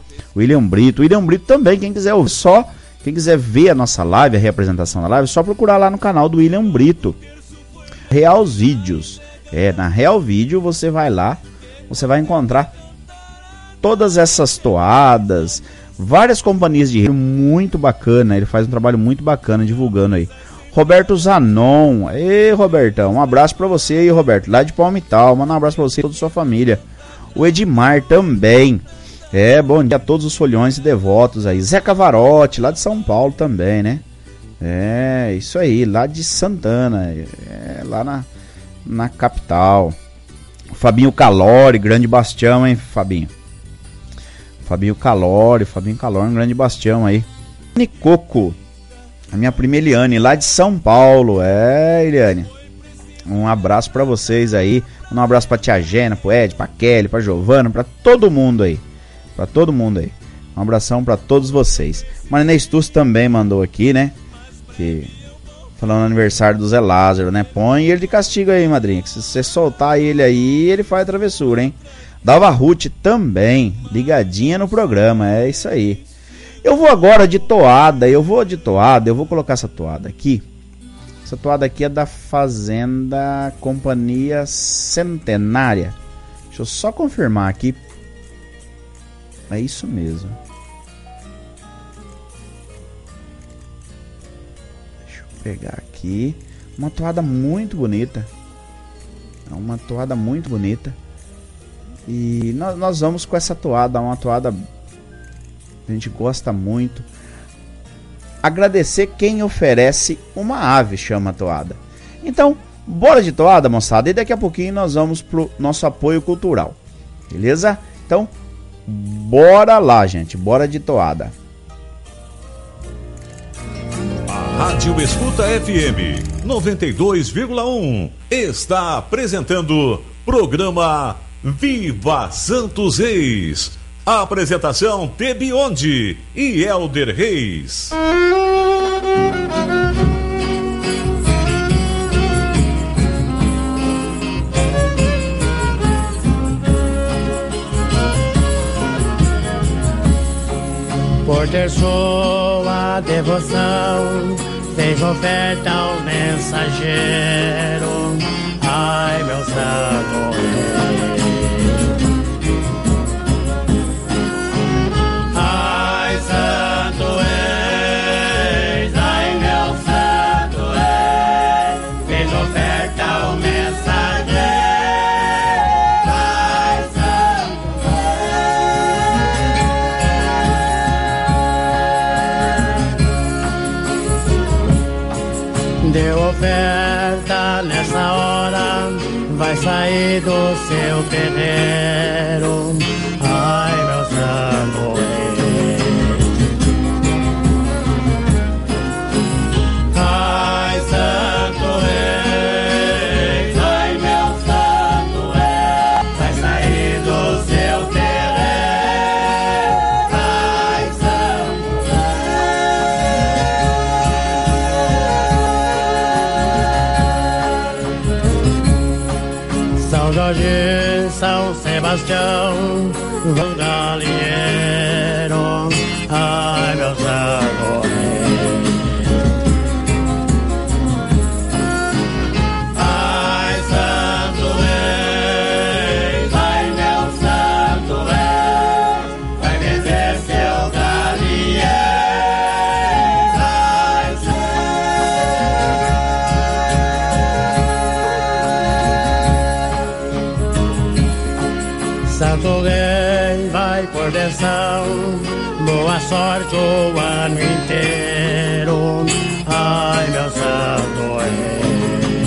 também, quem quiser ouvir quem quiser ver a nossa live, a reapresentação da live, é só procurar lá no canal do William Brito. Real Vídeos. Na Real Vídeo você vai lá, você vai encontrar todas essas toadas, várias companhias de rede, muito bacana, ele faz um trabalho muito bacana divulgando aí. Roberto Zanon, Robertão, um abraço pra você aí, Roberto, lá de Palmital, manda um abraço pra você e toda a sua família. O Edmar também, bom dia a todos os folhões e devotos aí. Zé Cavarotti, lá de São Paulo também, né? Isso aí, lá de Santana, lá na capital. Fabinho Calori, grande bastião, hein, Fabinho? Fabinho Calori, um grande bastião aí. Nicoco, a minha prima Eliane, lá de São Paulo. Eliane, um abraço pra vocês aí. Um abraço pra tia Gena, pro Ed, pra Kelly, pra Giovana, pra todo mundo aí. Um abração pra todos vocês. Marinês Stus também mandou aqui, né? Falando no aniversário do Zé Lázaro, né? Põe ele de castigo aí, madrinha, que se você soltar ele aí, ele faz travessura, hein? Dalva Ruth também, ligadinha no programa, é isso aí. Eu vou agora de toada, eu vou colocar essa toada aqui. Essa toada aqui é da Fazenda Companhia Centenária. Deixa eu só confirmar aqui. É isso mesmo. Deixa eu pegar aqui. Uma toada muito bonita. E nós vamos com essa toada, uma toada que a gente gosta muito. agradecer quem oferece uma ave, chama a toada. Então, bora de toada, moçada, e daqui a pouquinho nós vamos pro nosso apoio cultural, beleza? Então, bora lá, gente, bora de toada. A Rádio Escuta FM 92,1 está apresentando programa Viva Santos Reis. A apresentação Tebionde e Elder Reis. Por ter sua devoção, fez oferta ao mensageiro. Ai, meu santo rei. Ai, santo rei, ai, meu santo rei, fez oferta ao mensageiro. Ai, santo rei. Deu oferta nessa hora, vai sair do seu terreiro. Ai, meu santo rei. Ai, santo rei, ai, meu santo rei, vai sair do seu terreiro. Ai, santo rei. São Jorge, São Sebastião, Vão Galinheiro. Ai, meu santo rei. Ai, santo rei, ai, meu santo rei, vai vencer seu galinheiro. Ai, santo rei, vai por benção, boa sorte o ano inteiro. Ai, meu santo rei.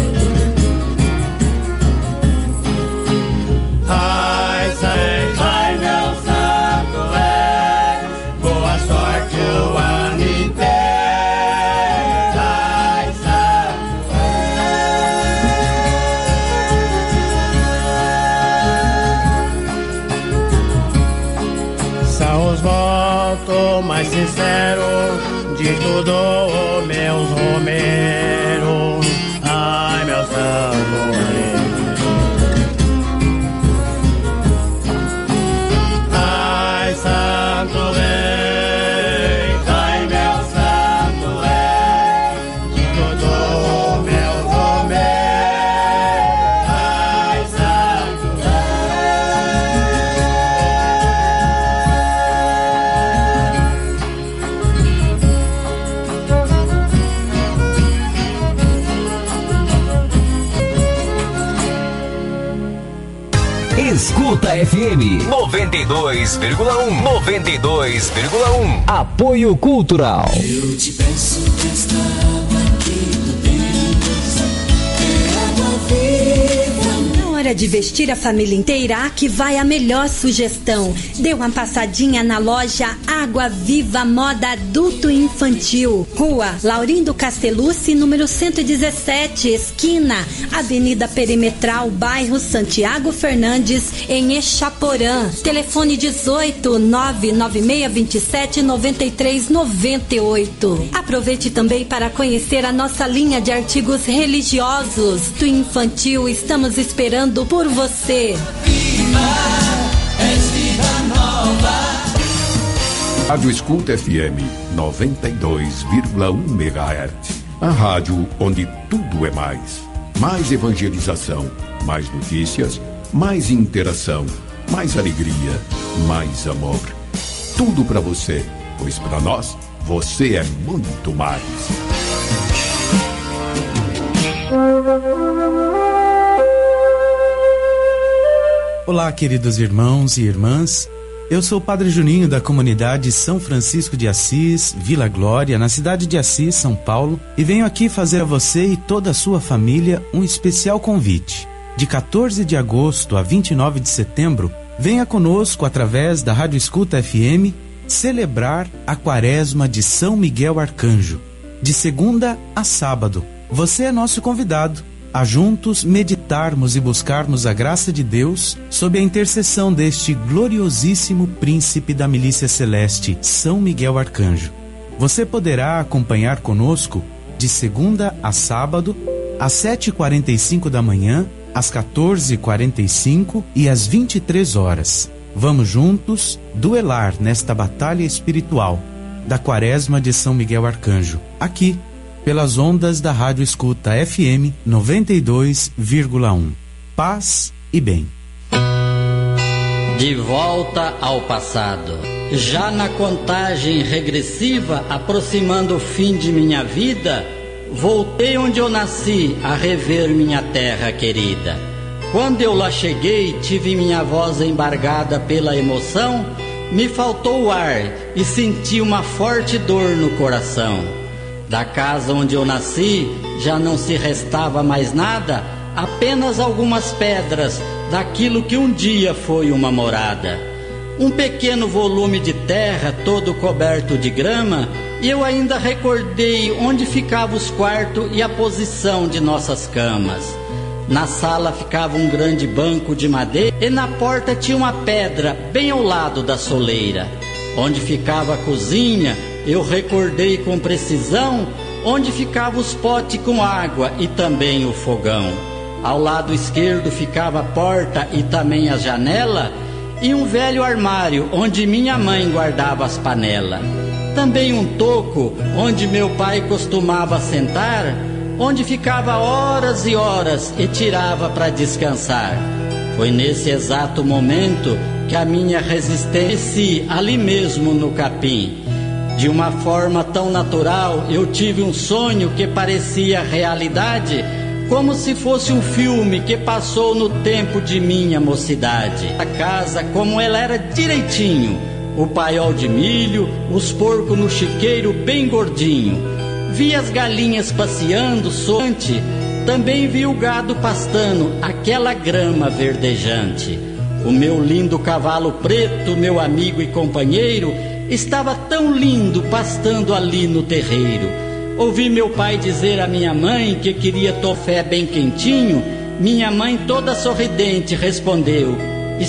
Ai, meu santo rei, boa sorte o ano inteiro. Ai, santo rei. São os votos mais sinceros de tudo, meus romeiros. Ai, meu santo rei. Ai, santo rei, ai, meu santo rei, de tudo, meus romeiros. Ai, santo Escuta FM 92,1. 92,1. Apoio cultural. Eu te peço esta água aqui do Deus, é água viva. Na hora de vestir a família inteira, aqui vai a melhor sugestão. Dê uma passadinha na loja Água Viva Moda Adulto e Infantil. Rua Laurindo Castellucci, número 117, esquina Avenida Perimetral, bairro Santiago Fernandes, em Exaporã. Telefone 18 99627 9398. Aproveite também para conhecer a nossa linha de artigos religiosos. Do infantil, estamos esperando por você. Rádio Escuta FM 92,1 MHz. A rádio onde tudo é mais. Mais evangelização, mais notícias, mais interação, mais alegria, mais amor. Tudo para você, pois para nós, você é muito mais. Olá, queridos irmãos e irmãs. Eu sou o Padre Juninho da comunidade São Francisco de Assis, Vila Glória, na cidade de Assis, São Paulo, e venho aqui fazer a você e toda a sua família um especial convite. De 14 de agosto a 29 de setembro, venha conosco através da Rádio Escuta FM celebrar a Quaresma de São Miguel Arcanjo, de segunda a sábado. Você é nosso convidado a juntos meditarmos e buscarmos a graça de Deus sob a intercessão deste gloriosíssimo príncipe da milícia celeste, São Miguel Arcanjo. Você poderá acompanhar conosco de segunda a sábado, às 7h45 da manhã, às 14h45 e às 23 horas. Vamos juntos duelar nesta batalha espiritual da Quaresma de São Miguel Arcanjo, aqui, pelas ondas da Rádio Escuta FM 92,1. Paz e bem. De volta ao passado. Já na contagem regressiva, aproximando o fim de minha vida, voltei onde eu nasci a rever minha terra querida. Quando eu lá cheguei, tive minha voz embargada pela emoção, me faltou o ar e senti uma forte dor no coração. Da casa onde eu nasci, já não se restava mais nada, apenas algumas pedras daquilo que um dia foi uma morada. Um pequeno volume de terra, todo coberto de grama, e eu ainda recordei onde ficavam os quartos e a posição de nossas camas. Na sala ficava um grande banco de madeira e na porta tinha uma pedra bem ao lado da soleira. Onde ficava a cozinha, eu recordei com precisão onde ficavam os potes com água e também o fogão. Ao lado esquerdo ficava a porta e também a janela e um velho armário onde minha mãe guardava as panelas. Também um toco onde meu pai costumava sentar, onde ficava horas e horas e tirava para descansar. Foi nesse exato momento que a minha resistência ali mesmo no capim. De uma forma tão natural, eu tive um sonho que parecia realidade, como se fosse um filme que passou no tempo de minha mocidade. A casa como ela era direitinho, o paiol de milho, os porcos no chiqueiro bem gordinho. Vi as galinhas passeando solante, também vi o gado pastando aquela grama verdejante. O meu lindo cavalo preto, meu amigo e companheiro, estava tão lindo pastando ali no terreiro. Ouvi meu pai dizer à minha mãe que queria tofé bem quentinho. Minha mãe toda sorridente respondeu: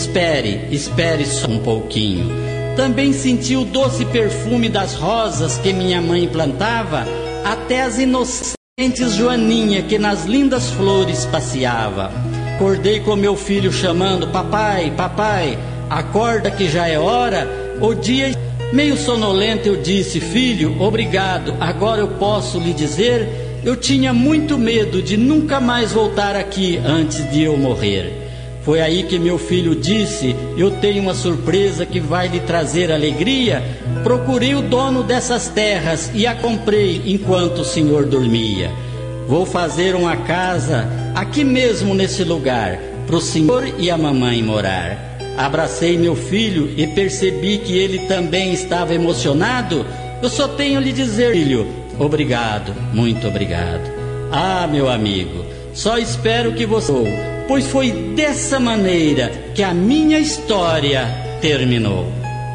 espere só um pouquinho. Também senti o doce perfume das rosas que minha mãe plantava, até as inocentes Joaninha que nas lindas flores passeava. Acordei com meu filho chamando: papai, papai, acorda que já é hora. O dia meio sonolento eu disse: filho, obrigado, agora eu posso lhe dizer, eu tinha muito medo de nunca mais voltar aqui antes de eu morrer. Foi aí que meu filho disse: eu tenho uma surpresa que vai lhe trazer alegria. Procurei o dono dessas terras e a comprei enquanto o senhor dormia. Vou fazer uma casa aqui mesmo nesse lugar, pro senhor e a mamãe morar. Abracei meu filho e percebi que ele também estava emocionado. Eu só tenho lhe dizer, filho, obrigado, muito obrigado. Ah, meu amigo, só espero que você... pois foi dessa maneira que a minha história terminou.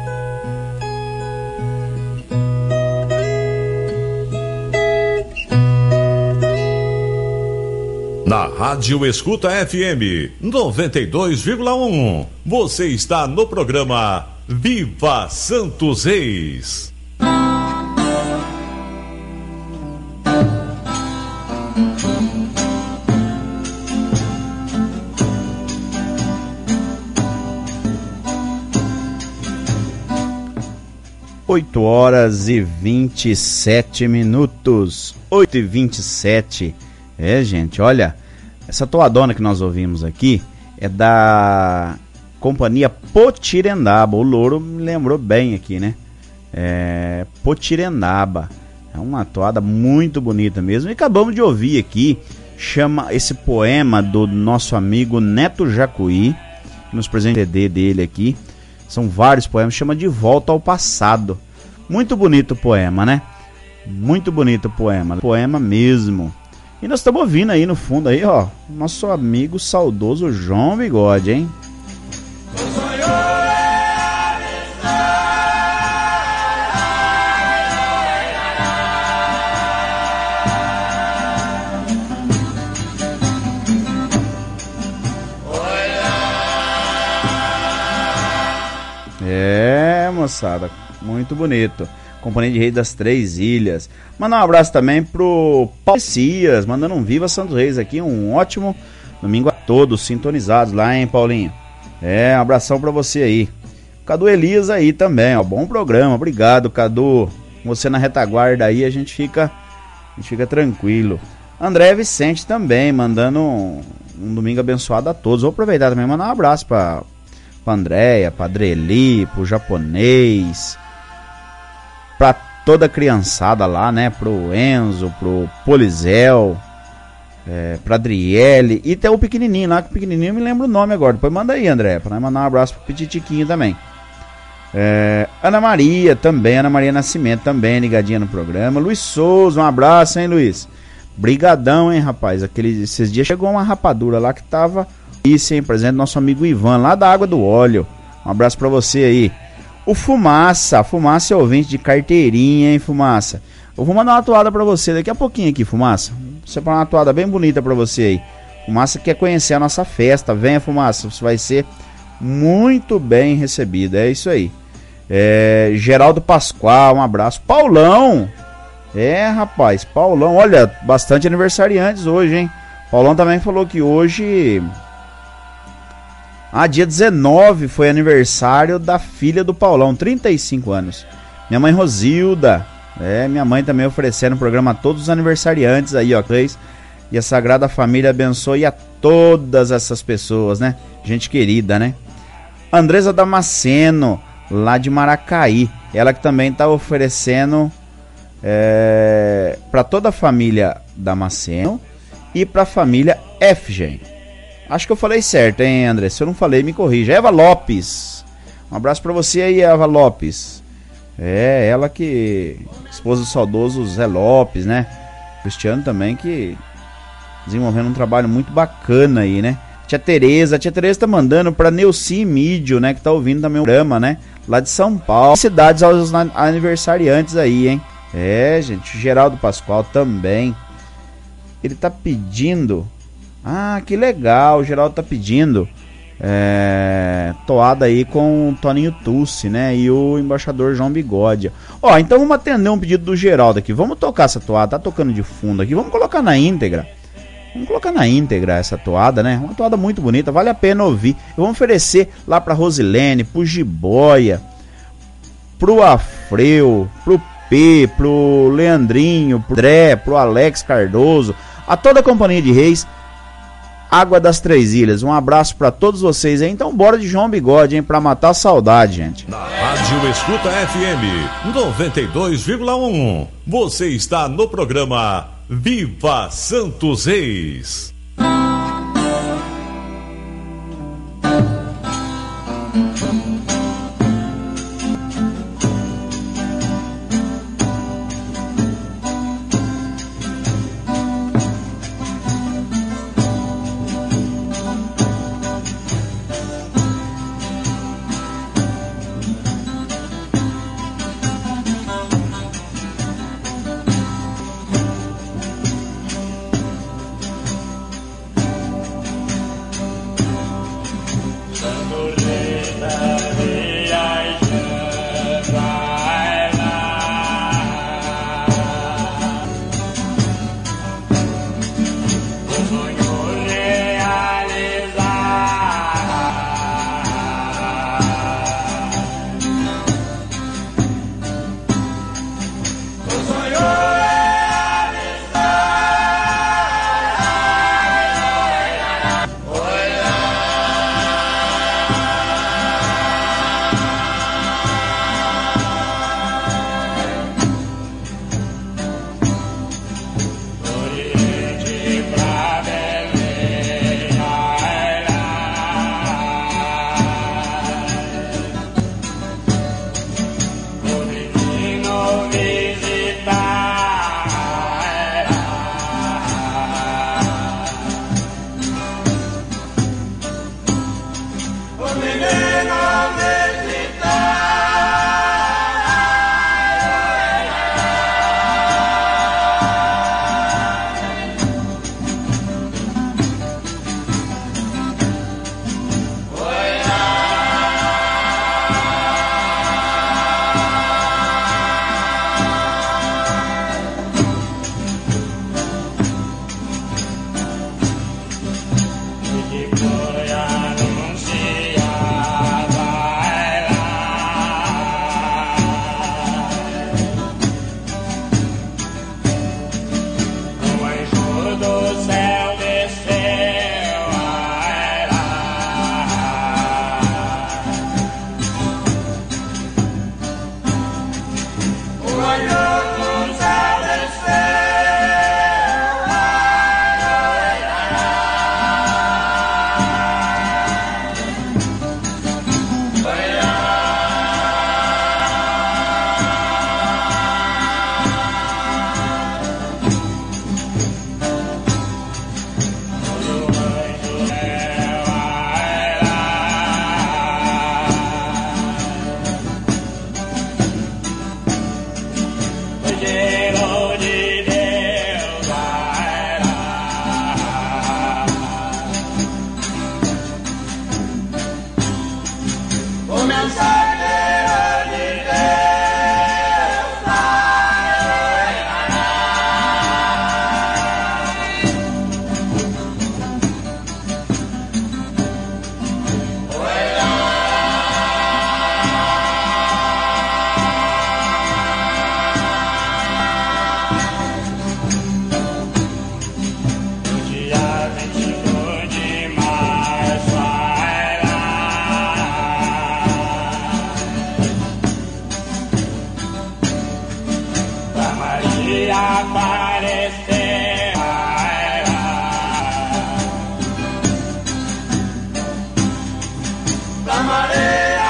Na Rádio Escuta FM 92,1, você está no programa Viva Santos Reis. Oito horas e 27 minutos. 8h27. É, gente, olha, essa toadona que nós ouvimos aqui é da companhia Potirendaba. O louro me lembrou bem aqui, né? Potirendaba. É uma toada muito bonita mesmo. E acabamos de ouvir aqui, chama esse poema do nosso amigo Neto Jacuí, que nos presenta o CD dele aqui, São vários poemas, chama De Volta ao Passado. Muito bonito o poema, né? Muito bonito o poema, poema mesmo. E nós estamos ouvindo aí no fundo aí, ó, nosso amigo saudoso João Bigode, hein? É, moçada, muito bonito. Companhia de Reis das Três Ilhas. Mandar um abraço também pro Paulo Cias, mandando um Viva Santos Reis aqui, um ótimo domingo a todos sintonizados lá, hein, Paulinho? É, um abração pra você aí. Cadu Elias aí também, ó, bom programa, obrigado, Cadu. Você na retaguarda aí, a gente fica tranquilo. André Vicente também, mandando um domingo abençoado a todos. Vou aproveitar também e mandar um abraço pra Andréia, pra Adreli, pro Japonês, pra toda a criançada lá, né? Pro Enzo, pro Polizel, pra Adriele e até o pequenininho lá, que o pequenininho eu me lembro o nome agora. Depois manda aí, André, pra nós mandar um abraço pro Petitiquinho também. Ana Maria também, Ana Maria Nascimento também, ligadinha no programa. Luiz Souza, um abraço, hein, Luiz? Brigadão, hein, rapaz? Esses dias chegou uma rapadura lá que tava isso, hein, presente nosso amigo Ivan, lá da Água do Óleo. Um abraço pra você aí. O Fumaça é ouvinte de carteirinha, hein, Fumaça? Eu vou mandar uma toada pra você daqui a pouquinho aqui, Fumaça. Vou separar uma toada bem bonita pra você aí. Fumaça quer conhecer a nossa festa, venha, Fumaça, você vai ser muito bem recebido, é isso aí. Geraldo Pascoal, um abraço. Paulão, rapaz, Paulão, olha, bastante aniversariantes hoje, hein. Paulão também falou que hoje... dia 19 foi aniversário da filha do Paulão, 35 anos. Minha mãe Rosilda, minha mãe também oferecendo o programa a todos os aniversariantes aí, ó, e a Sagrada Família abençoe a todas essas pessoas, né? Gente querida, né? Andresa Damasceno, lá de Maracaí, ela que também tá oferecendo para toda a família Damasceno e pra família Efgen. Acho que eu falei certo, hein, André? Se eu não falei, me corrija. Eva Lopes. Um abraço pra você aí, Eva Lopes. Ela que... esposa do saudoso Zé Lopes, né? Cristiano também, que... desenvolvendo um trabalho muito bacana aí, né? Tia Tereza tá mandando pra Neuci Mídio, né? Que tá ouvindo também o programa, né? Lá de São Paulo. Cidades aos aniversariantes aí, hein? Gente. Geraldo Pascoal também. Ele tá pedindo... que legal, o Geraldo tá pedindo toada aí com o Toninho Tucci, né? E o embaixador João Bigode. Então vamos atender um pedido do Geraldo aqui. Vamos tocar essa toada, tá tocando de fundo aqui. Vamos colocar na íntegra. Vamos colocar na íntegra essa toada, né? Uma toada muito bonita, vale a pena ouvir. Eu vou oferecer lá pra Rosilene, pro Jiboia, pro Afreu, pro P, pro Leandrinho, pro André, pro Alex Cardoso, a toda a Companhia de Reis, Água das Três Ilhas. Um abraço pra todos vocês aí. Então bora de João Bigode, hein? Pra matar a saudade, gente. Na Rádio Escuta FM 92,1. Você está no programa Viva Santos Reis. Maria apareceu. A Maria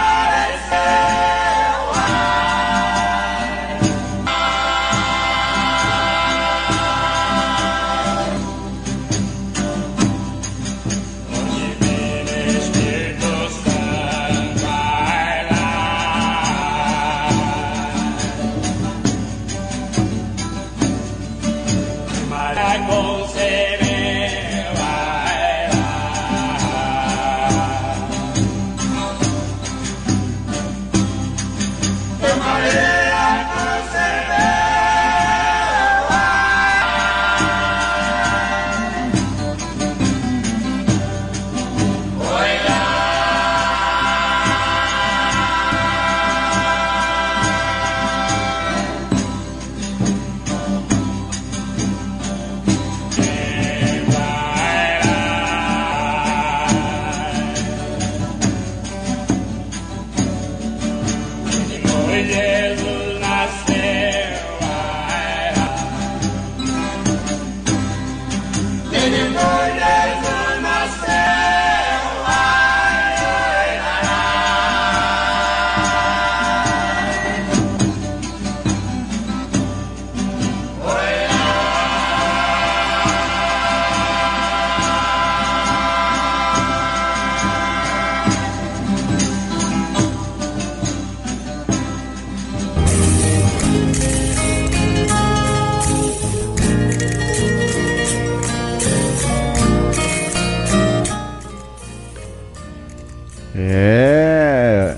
É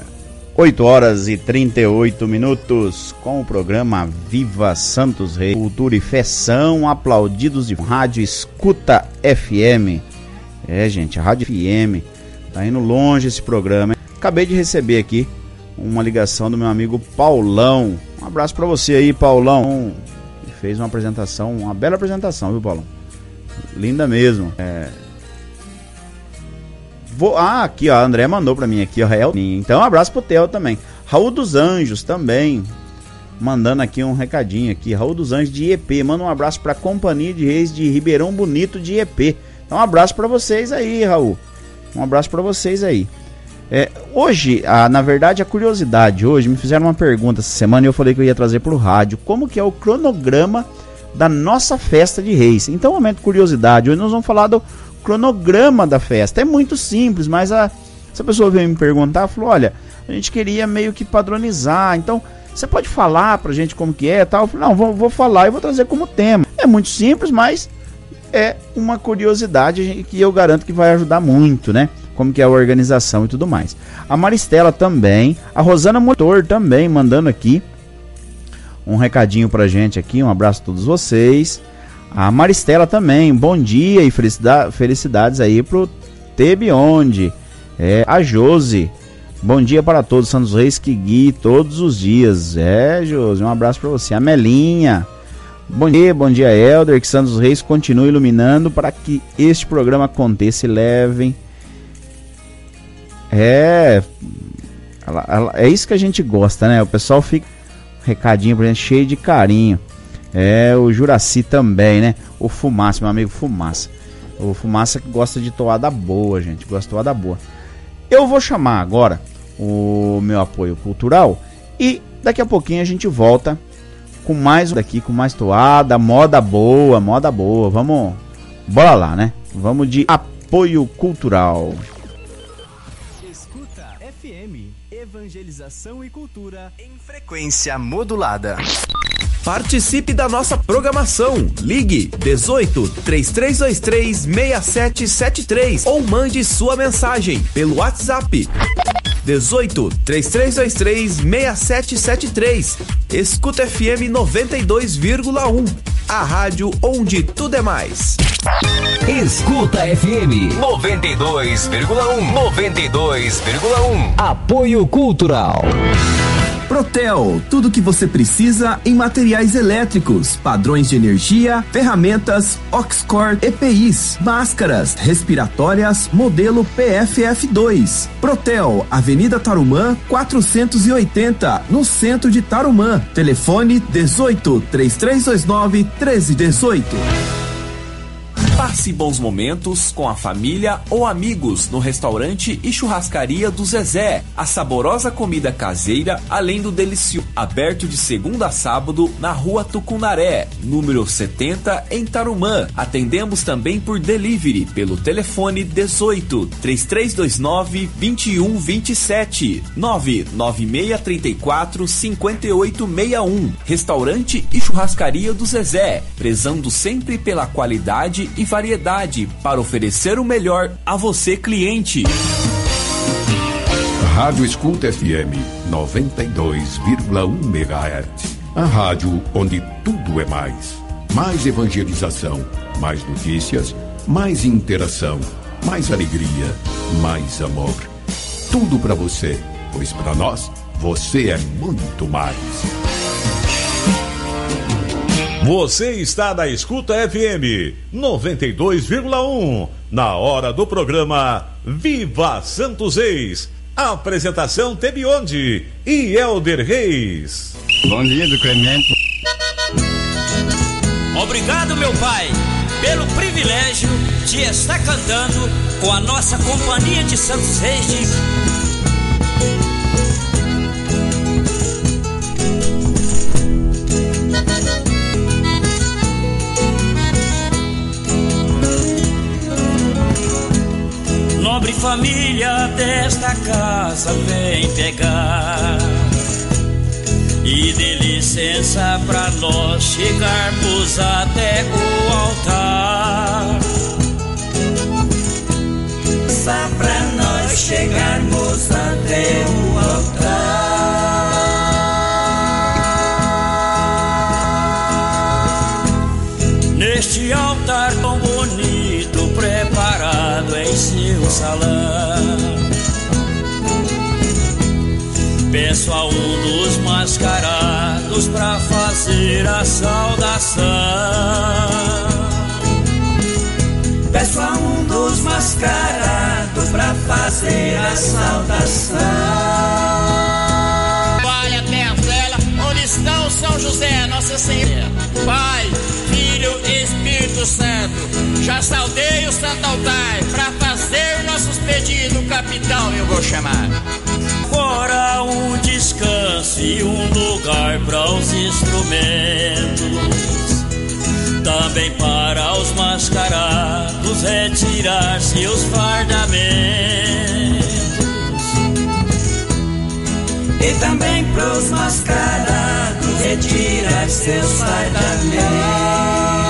8 horas e 38 minutos com o programa Viva Santos Reis. Cultura e fé são aplaudidos de Rádio Escuta FM. É, gente, a Rádio FM. Tá indo longe esse programa. Acabei de receber aqui uma ligação do meu amigo Paulão. Um abraço pra você aí, Paulão. Que fez uma apresentação, uma bela apresentação, viu, Paulão? Linda mesmo. Aqui, ó, a André mandou pra mim aqui, ó, então um abraço pro Theo também. Raul dos Anjos também, mandando aqui um recadinho aqui. Raul dos Anjos de IEP, manda um abraço pra Companhia de Reis de Ribeirão Bonito de IEP. Então um abraço pra vocês aí, Raul. Um abraço pra vocês aí. Hoje, na verdade, a curiosidade, hoje me fizeram uma pergunta essa semana e eu falei que eu ia trazer pro rádio, como que é o cronograma da nossa festa de Reis. Então, momento de curiosidade, hoje nós vamos falar do cronograma da festa. É muito simples, mas essa pessoa veio me perguntar, falou, olha, a gente queria meio que padronizar, então você pode falar pra gente como que é, tal? Eu falei, não, vou falar e vou trazer como tema. É muito simples, mas é uma curiosidade que eu garanto que vai ajudar muito, né? Como que é a organização e tudo mais. A Maristela também, a Rosana Motor também mandando aqui um recadinho pra gente aqui, um abraço a todos vocês. A Maristela também, bom dia e felicidades aí pro Tebionde. A Josi, bom dia para todos, Santos Reis que guie todos os dias. Josi, um abraço para você. A Melinha, bom dia Helder, que Santos Reis continue iluminando para que este programa aconteça e levem. É isso que a gente gosta, né? O pessoal fica recadinho pra gente cheio de carinho. O Juraci também, né? O Fumaça, meu amigo Fumaça. O Fumaça que gosta de toada boa, gente. Gosta de toada boa. Eu vou chamar agora o meu apoio cultural e daqui a pouquinho a gente volta com mais toada, moda boa. Vamos, bora lá, né? Vamos de apoio cultural. Escuta FM, evangelização e cultura em frequência modulada. Participe da nossa programação. Ligue 18 3323 6773 ou mande sua mensagem pelo WhatsApp 18 3323 6773. Escuta FM 92,1. A rádio onde tudo é mais. Escuta FM 92,1. 92,1. Apoio cultural. Protel, tudo que você precisa em materiais elétricos, padrões de energia, ferramentas, Oxcore, EPIs, máscaras, respiratórias, modelo PFF2. Protel, Avenida Tarumã, 480, no centro de Tarumã. Telefone 18-3329-1318. Passe bons momentos com a família ou amigos no restaurante e churrascaria do Zezé. A saborosa comida caseira, além do delicioso. Aberto de segunda a sábado na Rua Tucunaré, número 70, em Tarumã. Atendemos também por delivery pelo telefone 18-3329-2127, 99634-5861. Restaurante e churrascaria do Zezé, prezando sempre pela qualidade e variedade para oferecer o melhor a você, cliente. Rádio Escuta FM 92,1 MHz. A rádio onde tudo é mais. Mais evangelização, mais notícias, mais interação, mais alegria, mais amor. Tudo para você, pois para nós, você é muito mais. Você está na Escuta FM 92,1, na hora do programa Viva Santos Reis. Apresentação Tebionde e Elder Reis. Bom dia do Clemente. Obrigado, meu Pai, pelo privilégio de estar cantando com a nossa companhia de Santos Reis de... Nobre família desta casa vem pegar e dê licença pra nós chegarmos até o altar. Só pra nós chegarmos até o altar. Neste altar tão bonito, preparado em seu salão, peço a um dos mascarados pra fazer a saudação. Peço a um dos mascarados pra fazer a saudação. Vai até a vela onde está o São José, Nossa Senhora. Pai, Filho e Espírito Santo, já saudei o Santo Altar pra fazer nossos pedidos, capitão eu vou chamar. Agora um descanso e um lugar para os instrumentos, também para os mascarados retirar seus fardamentos, e também pros mascarados retirar seus fardamentos.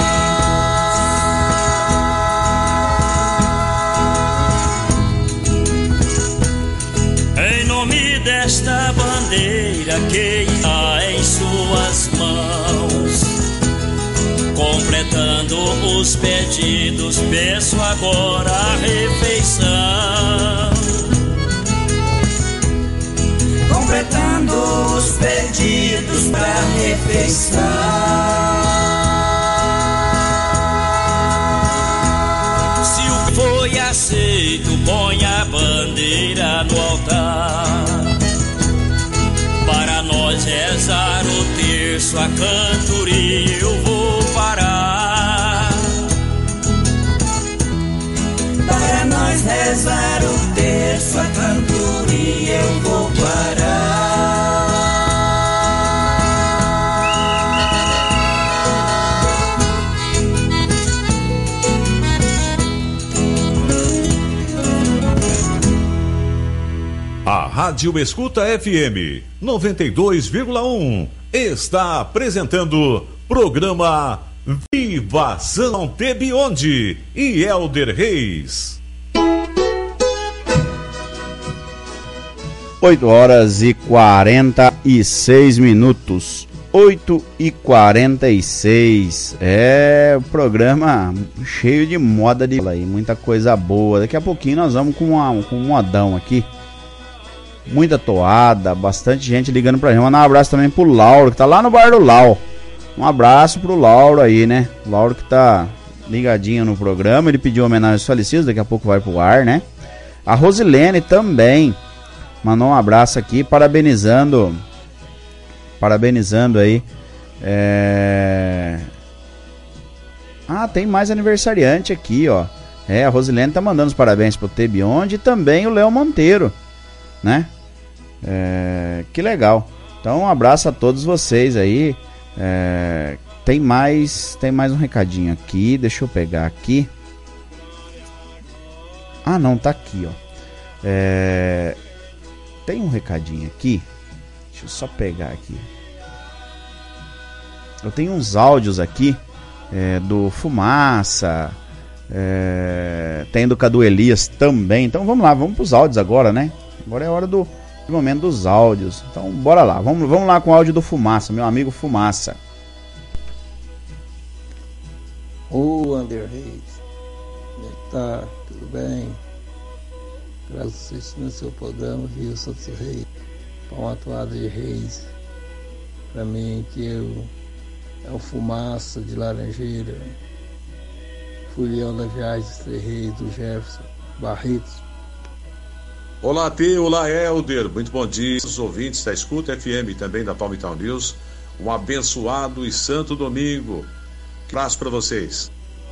Desta bandeira que está em suas mãos, completando os pedidos, peço agora a refeição. Completando os pedidos pra refeição. Se o que foi aceito, põe a bandeira no altar. Para nós rezar o terço, a cantoria eu vou parar. Para nós rezar o terço, a cantoria eu vou parar. A Rádio Escuta FM 92,1 está apresentando programa Viva São Tebionde e Elder Reis. 8h46. 8h46. É, programa cheio de moda de aí, muita coisa boa. Daqui a pouquinho nós vamos com um modão aqui. muita toada, bastante gente ligando pra gente. Mandar um abraço também pro Lauro, que tá lá no bar do Lau. Um abraço pro Lauro aí, né? Lauro que tá ligadinho no programa. Ele pediu homenagem aos falecidos, daqui a pouco vai pro ar, né? A Rosilene também mandou um abraço aqui, parabenizando aí. Ah, tem mais aniversariante aqui, ó. A Rosilene tá mandando os parabéns pro T Beyond e também o Léo Monteiro, né? Que legal. Então um abraço a todos vocês aí. Tem mais um recadinho aqui. Deixa eu pegar aqui. Ah, não, tá aqui, ó. Tem um recadinho aqui. Deixa eu só pegar aqui. Eu tenho uns áudios aqui do Fumaça. Tem do Cadu Elias também. Então vamos lá, vamos pros áudios agora, né? Agora é a hora do momento dos áudios. Então bora lá, vamos lá com o áudio do Fumaça, meu amigo Fumaça. Ô Ander Reis, como é que tá? Tudo bem? Graças a Deus no seu programa, viu, Santos Reis? Para uma toada de Reis, para mim que é o Fumaça de Laranjeira, Furião da Viagem dos Três Reis, do Jefferson Barretos. Olá, T, olá, Helder, muito bom dia, os ouvintes da Escuta FM também da Palmital News. Um abençoado e santo domingo. Abraço para vocês.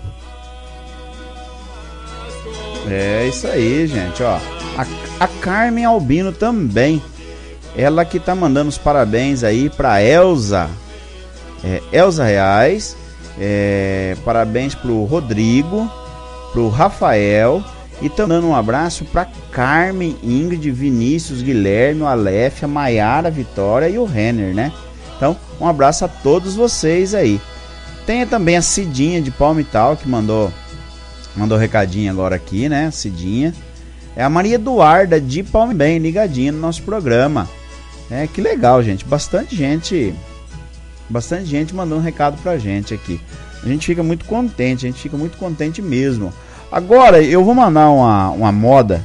É isso aí, gente, ó. A Carmen Albino também. Ela que tá mandando os parabéns aí pra Elza. Elza Reais. Parabéns pro Rodrigo, pro Rafael. E tá dando um abraço pra Carmen, Ingrid, Vinícius, Guilherme, Aléfia, Maiara, Vitória e o Renner, né? Então, um abraço a todos vocês aí. Tem também a Cidinha de Palmital, que mandou recadinho agora aqui, né? Cidinha. É a Maria Eduarda de Palmibem, ligadinha no nosso programa. Que legal, gente. Bastante gente mandando recado pra gente aqui. A gente fica muito contente, mesmo. Agora, eu vou mandar uma moda.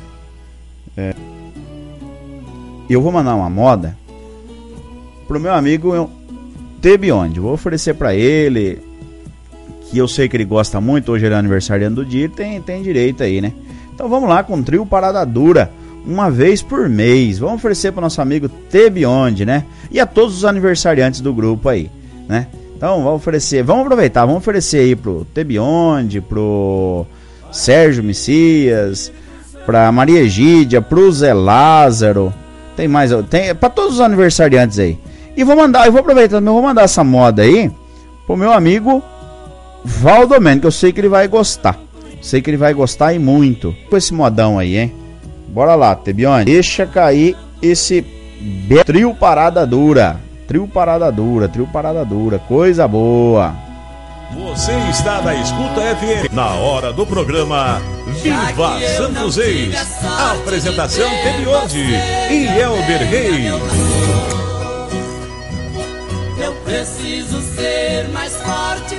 Eu vou mandar uma moda pro meu amigo T Beyond. Vou oferecer pra ele, que eu sei que ele gosta muito. Hoje ele é aniversariante do dia, tem direito aí, né? Então vamos lá com o trio Parada Dura, uma vez por mês. Vamos oferecer pro nosso amigo T Beyond, né? E a todos os aniversariantes do grupo aí, né? Então vamos aproveitar, vamos oferecer aí pro T Beyond, pro Sérgio Messias, pra Maria Egídia, pro Zé Lázaro. Tem pra todos os aniversariantes aí. E vou aproveitar, vou mandar essa moda aí pro meu amigo Valdomênio, que eu sei que ele vai gostar. Sei que ele vai gostar e muito com esse modão aí, hein? Bora lá, Tebione. Deixa cair esse trio Parada Dura. Trio Parada Dura, coisa boa. Você está na Escuta FM, na hora do programa Viva Santos Reis. Apresentação Tebione e Helder Reis. Eu preciso ser mais forte.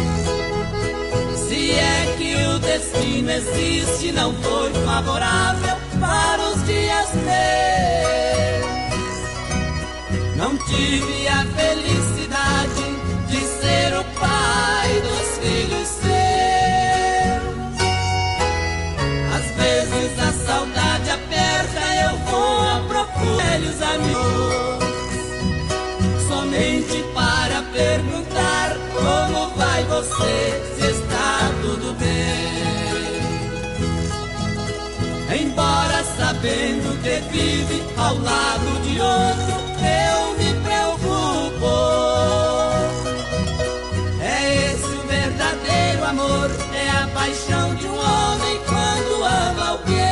Se é que o destino existe, não foi favorável para os dias meus. Não tive a felicidade de ser o pai dos filhos seus. Às vezes a saudade aperta, eu vou a procurar velhos amigos, somente para perguntar como vai você, se está tudo bem. Embora sabendo que vive ao lado de outro, eu me preocupo. É esse o verdadeiro amor, é a paixão de um homem quando ama alguém.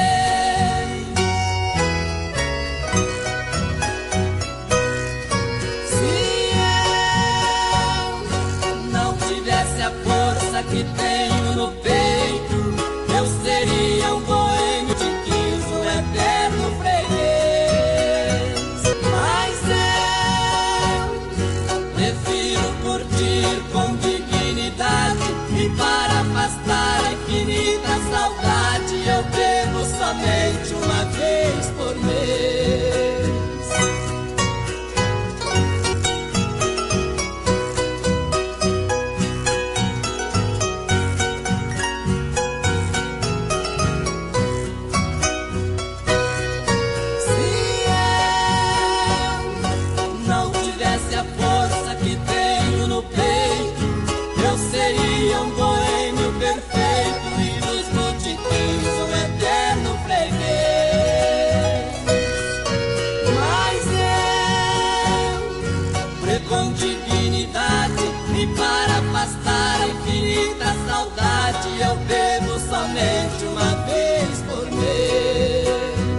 Que tenho no peito, eu seria um boêmio de 15, um eterno freguês. Mas eu prefiro curtir com dignidade, e para afastar a infinita saudade, eu bebo somente uma vez por mês. afastar a infinita saudade, eu bebo somente uma vez por mês.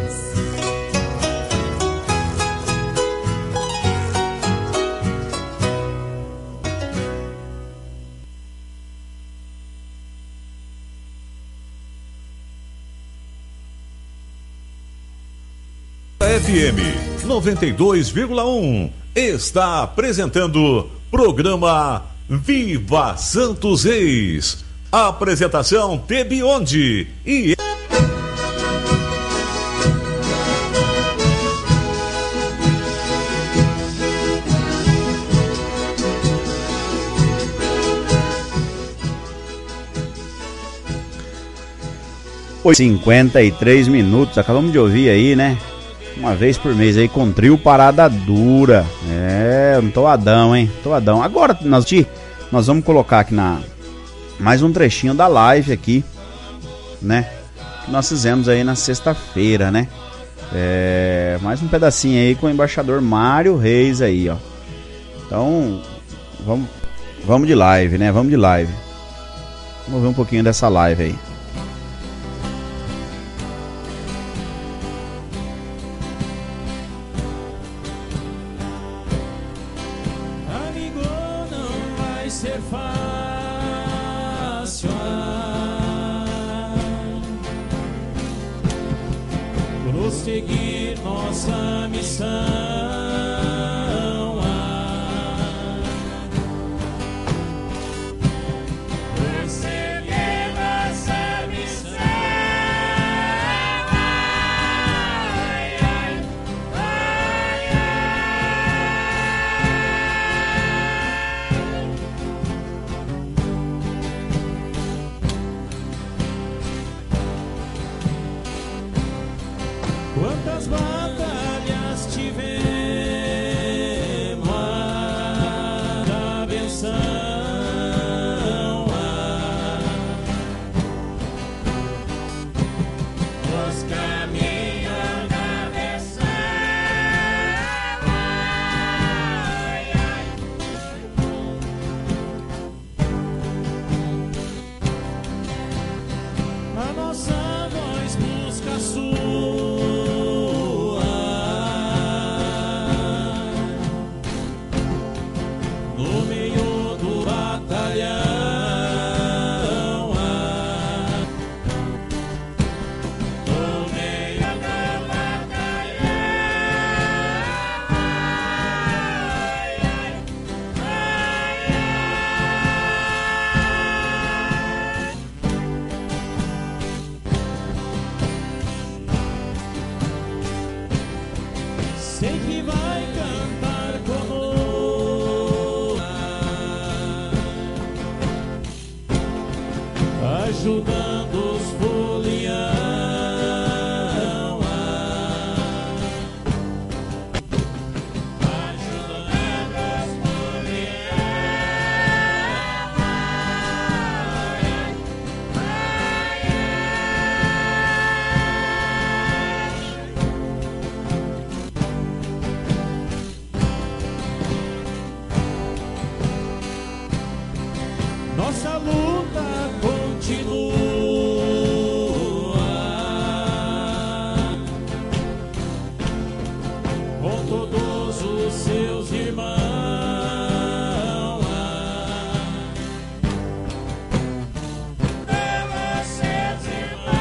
FM 92,1 está apresentando programa Viva Santos Reis. Apresentação Tebionde e Oi, 53 minutos. Acabamos de ouvir aí, né? Uma vez por mês aí com trio Parada Dura. É, um toadão, hein? Toadão. Agora nós vamos colocar aqui mais um trechinho da live aqui, né? Que nós fizemos aí na sexta-feira, né? Mais um pedacinho aí com o embaixador Mário Reis aí, ó. Então, vamos de live, né? Vamos de live. Vamos ver um pouquinho dessa live aí. Prosseguir nossa missão. Prosseguir nossa missão. Ai, ai, ai, quantas batalhas tivemos a benção, os caminhos da benção. Ai, ai. A nossa voz busca a sua. Sei que vai cantar conosco, ajudando os folião, ajudando os folião. Nossa luta continua, com todos os seus irmãos, pelos seus irmãos.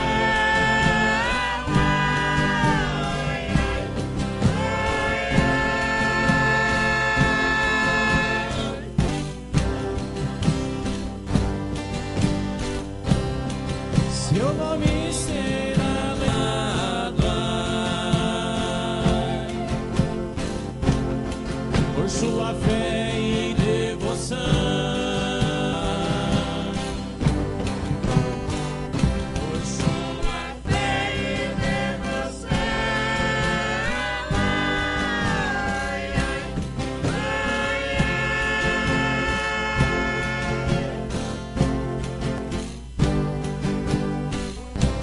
Seu nome será lembrado por sua fé e devoção, por sua fé e devoção. Ai, ai, ai, ai.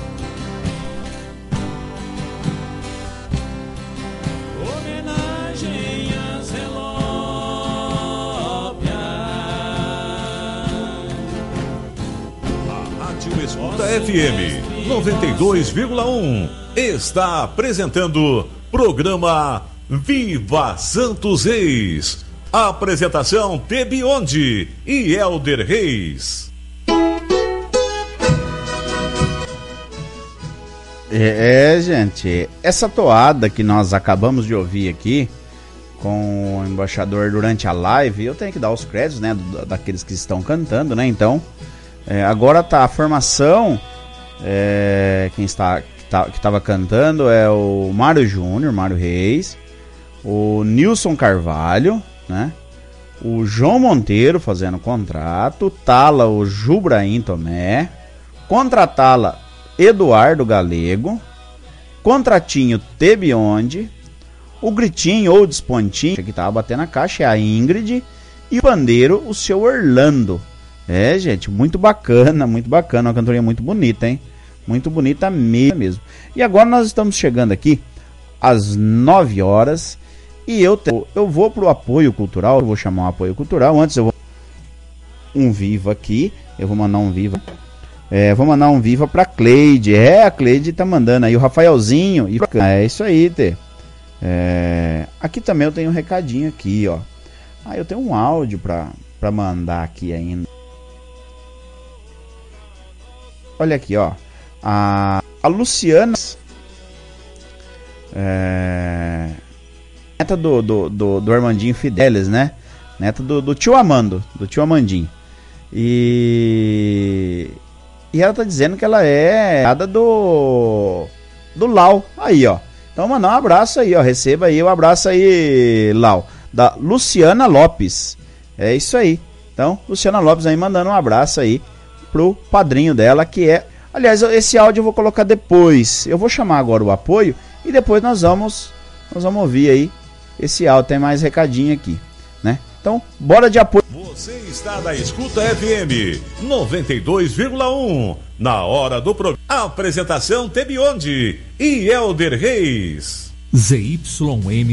Rádio Escuta FM 92,1 está apresentando programa Viva Santos Reis. Apresentação Tebionde e Elder Reis. Gente, essa toada que nós acabamos de ouvir aqui com o embaixador durante a live, eu tenho que dar os créditos, né, daqueles que estão cantando, né? Então, agora tá a formação, que estava cantando é o Mário Júnior, Mário Reis, o Nilson Carvalho, né? O João Monteiro fazendo contrato, Tala, o Jubraim Tomé, Contratala, Eduardo Galego, Contratinho Tebionde, o Gritinho ou Despontinho, que tava batendo a caixa, é a Ingrid, e o pandeiro, o seu Orlando. Gente, muito bacana, uma cantoria muito bonita, hein? Muito bonita mesmo. E agora nós estamos chegando aqui às 9 horas e eu vou pro apoio cultural, eu vou chamar um apoio cultural. Antes eu vou um viva aqui, eu vou mandar um viva. Vou mandar um viva pra Cleide. A Cleide tá mandando aí o Rafaelzinho. É isso aí, Tê. Aqui também eu tenho um recadinho aqui, ó. Eu tenho um áudio pra mandar aqui ainda. Olha aqui, ó. A Luciana, neta do Armandinho Fidelis, né? Neta do tio Amando, do tio Amandinho. E ela tá dizendo que ela é nada do Lau. Aí, ó. Então mandar um abraço aí, ó. Receba aí um abraço aí, Lau. Da Luciana Lopes. É isso aí. Então, Luciana Lopes aí mandando um abraço aí pro padrinho dela, que é... Aliás, esse áudio eu vou colocar depois. Eu vou chamar agora o apoio e depois nós vamos ouvir aí esse áudio. Tem mais recadinho aqui, né? Então, bora de apoio. Você está na Escuta FM 92,1. Na hora do programa. Apresentação Tebionde e Elder Reis. ZYM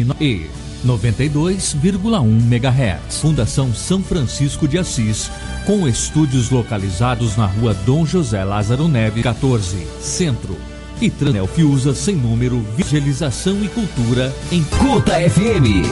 92,1 MHz. Fundação São Francisco de Assis, com estúdios localizados na rua Dom José Lázaro Neves 14, Centro. E Tranel Fiusa sem número, evangelização e cultura em Escuta FM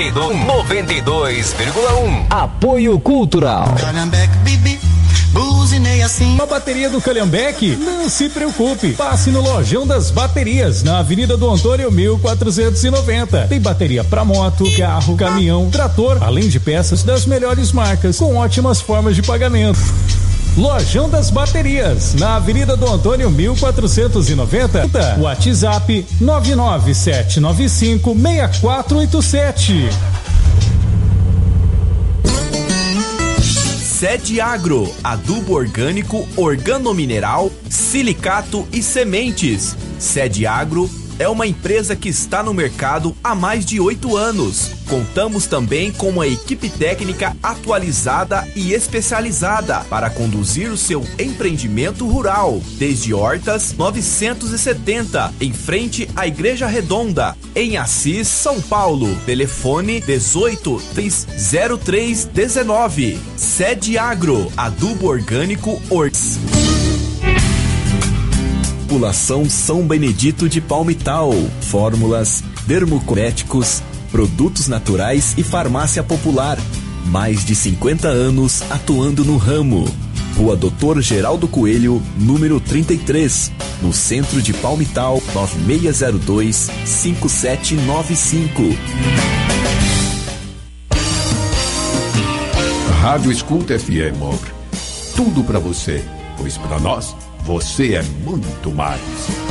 92,1. Apoio cultural. Buzinei assim. A bateria do Calhambeque? Não se preocupe. Passe no Lojão das Baterias, na Avenida do Antônio 1490. Tem bateria para moto, carro, caminhão, trator, além de peças das melhores marcas, com ótimas formas de pagamento. Lojão das Baterias, na Avenida do Antônio 1490. WhatsApp 997956487. Sede Agro, adubo orgânico, organomineral, silicato e sementes. Sede Agro é uma empresa que está no mercado há mais de 8 anos. Contamos também com uma equipe técnica atualizada e especializada para conduzir o seu empreendimento rural. Desde Hortas 970, em frente à Igreja Redonda, em Assis, São Paulo. Telefone 18-303-19. Sede Agro, adubo orgânico Orts. População São Benedito de Palmital, fórmulas, dermocosméticos, produtos naturais e farmácia popular. Mais de 50 anos atuando no ramo. Rua Doutor Geraldo Coelho, número 33, no centro de Palmital, 9602-5795. Rádio Escuta FM. Tudo pra você, pois pra nós você é muito mais.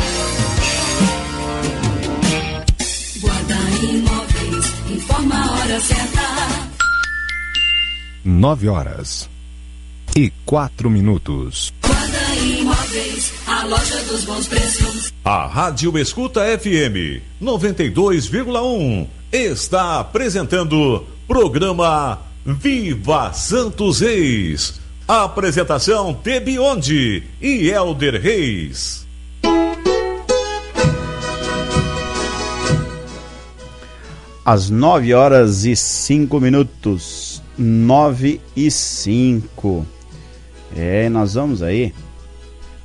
Guarda Imóveis, informa a hora certa. 9h04. Guarda Imóveis, a loja dos bons preços. A Rádio Escuta FM 92,1 está apresentando programa Viva Santos Reis. Apresentação Tebionde e Elder Reis. Às 9h05. 9h05. Nós vamos aí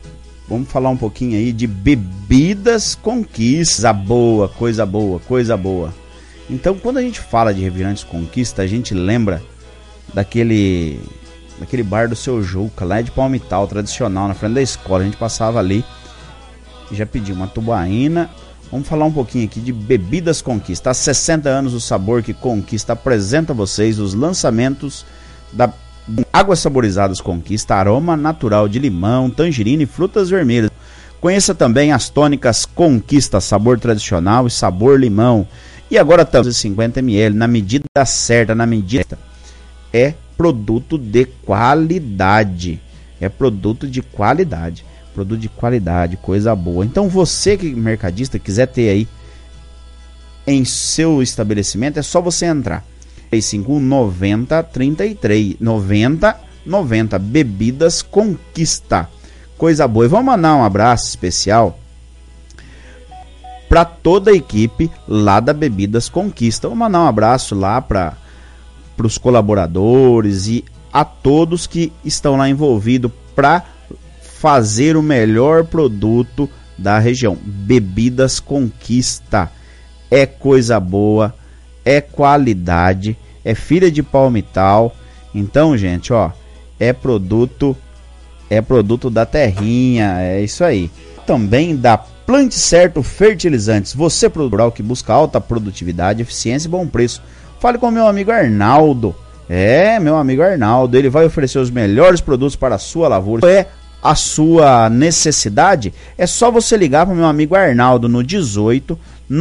vamos falar um pouquinho aí de bebidas Conquista. Boa, coisa boa, coisa boa. Então, quando a gente fala de refrigerantes Conquista, a gente lembra daquele bar do Seu Juca, lá de Palmital, tradicional, na frente da escola. A gente passava ali e já pediu uma tubaína. Vamos falar um pouquinho aqui de bebidas Conquista. Há 60 anos o sabor que Conquista apresenta a vocês os lançamentos da águas saborizadas Conquista, aroma natural de limão, tangerina e frutas vermelhas. Conheça também as tônicas Conquista, sabor tradicional e sabor limão. E agora estamos em 50 ml, na medida certa, na medida. É produto de qualidade. É produto de qualidade. Produto de qualidade, coisa boa. Então você que mercadista quiser ter aí em seu estabelecimento, é só você entrar 3590 33 90 90 Bebidas Conquista, coisa boa. E vamos mandar um abraço especial para toda a equipe lá da Bebidas Conquista. Vamos mandar um abraço lá para os colaboradores e a todos que estão lá envolvidos para fazer o melhor produto da região. Bebidas Conquista é coisa boa, é qualidade, é filha de Palmital. Então, gente, ó, é produto da terrinha, é isso aí. Também da Plante Certo Fertilizantes. Você, produtor rural que busca alta produtividade, eficiência e bom preço, fale com meu amigo Arnaldo. Meu amigo Arnaldo, ele vai oferecer os melhores produtos para a sua lavoura. A sua necessidade, é só você ligar para o meu amigo Arnaldo no 18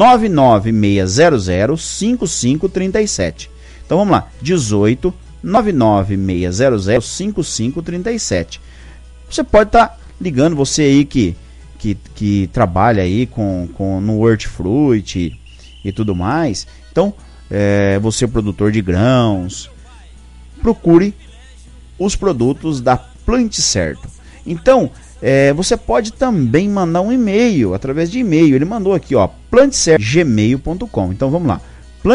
99600 5537. Então vamos lá, 18 99600 5537. Você pode estar ligando, você aí que trabalha aí no hortifruti e tudo mais. Então, você produtor de grãos, procure os produtos da Plante Certo. Então, você pode também mandar um e-mail, através de e-mail. Ele mandou aqui, ó, plantecerto@gmail.com. Então, vamos lá,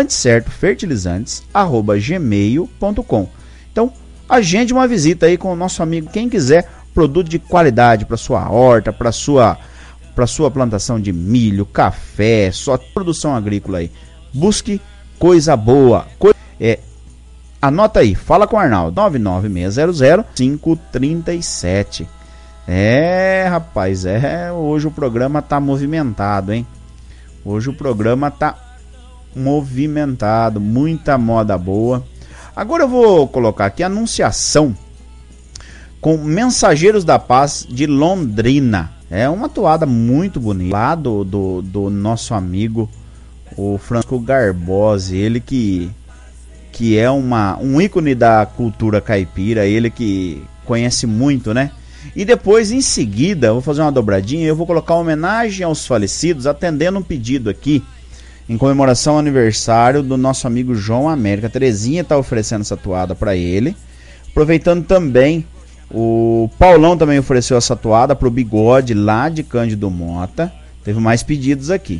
plantecertofertilizantes@gmail.com. Então, agende uma visita aí com o nosso amigo. Quem quiser produto de qualidade para sua horta, para sua plantação de milho, café, sua produção agrícola aí. Busque coisa boa. Anota aí, fala com o Arnaldo, 99600 5537. Rapaz, hoje o programa tá movimentado, hein? Hoje o programa tá movimentado, muita moda boa. Agora eu vou colocar aqui a anunciação com Mensageiros da Paz de Londrina. É uma toada muito bonita, lá do nosso amigo, o Francisco Garbosi, ele que é um ícone da cultura caipira, ele que conhece muito, né? E depois, em seguida, eu vou fazer uma dobradinha e eu vou colocar uma homenagem aos falecidos, atendendo um pedido aqui, em comemoração ao aniversário do nosso amigo João América. A Terezinha está oferecendo essa toada para ele. Aproveitando também, o Paulão também ofereceu essa toada para o Bigode, lá de Cândido Mota. Teve mais pedidos aqui.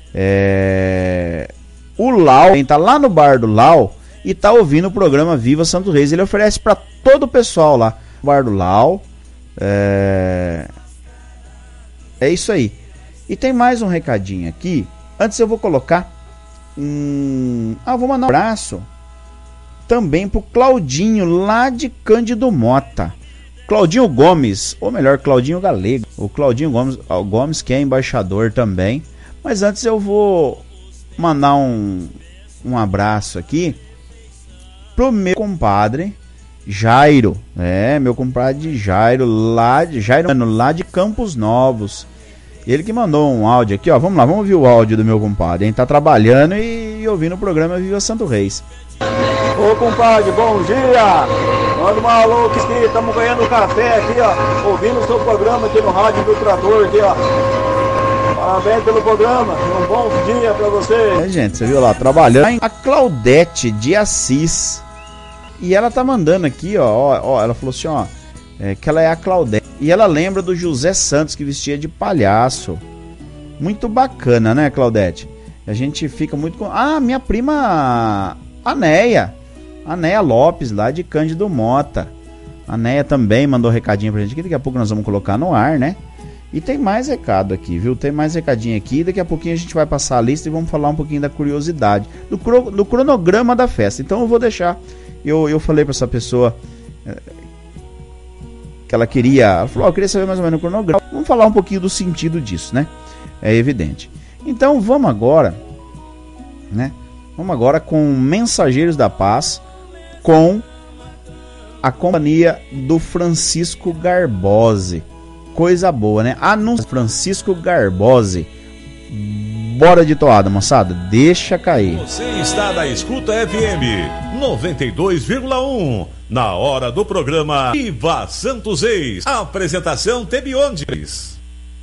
O Lau, quem tá lá no bar do Lau e tá ouvindo o programa Viva Santo Reis, ele oferece para todo o pessoal lá. Bar do Lau. É isso aí. E tem mais um recadinho aqui. Antes eu vou colocar vou mandar um abraço também pro Claudinho, lá de Cândido Mota. Claudinho Gomes, ou melhor, Claudinho Galego. O Claudinho Gomes, que é embaixador também. Mas antes eu vou mandar um abraço aqui pro meu compadre Jairo. Meu compadre Jairo, lá de Campos Novos. Ele que mandou um áudio aqui, ó. Vamos lá, vamos ouvir o áudio do meu compadre. Ele tá trabalhando e ouvindo o programa Viva Santo Reis. Ô compadre, bom dia! Manda uma alô aqui, estamos ganhando café aqui, ó. Ouvindo o seu programa aqui no rádio do trator aqui, ó. Parabéns pelo programa, um bom dia pra você. Gente, você viu lá, trabalhando. A Claudete de Assis. E ela tá mandando aqui, ó, ela falou assim, ó, que ela é a Claudete. E ela lembra do José Santos, que vestia de palhaço. Muito bacana, né, Claudete? A gente fica muito com... minha prima Anéia Lopes, lá de Cândido Mota. A Anéia também mandou um recadinho pra gente, que daqui a pouco nós vamos colocar no ar, né? E tem mais recado aqui, viu? Tem mais recadinho aqui. Daqui a pouquinho a gente vai passar a lista e vamos falar um pouquinho da curiosidade, do cronograma da festa. Então eu vou deixar. Eu falei para essa pessoa que ela falou, eu queria saber mais ou menos o cronograma. Vamos falar um pouquinho do sentido disso, né? É evidente. Então vamos agora, né? Vamos agora com Mensageiros da Paz, com a companhia do Francisco Garbose. Coisa boa, né? Anúncio Francisco Garbose. Bora de toada, moçada. Deixa cair. Você está na Escuta FM 92,1. Na hora do programa Viva Santos Reis. Apresentação Tebiondes.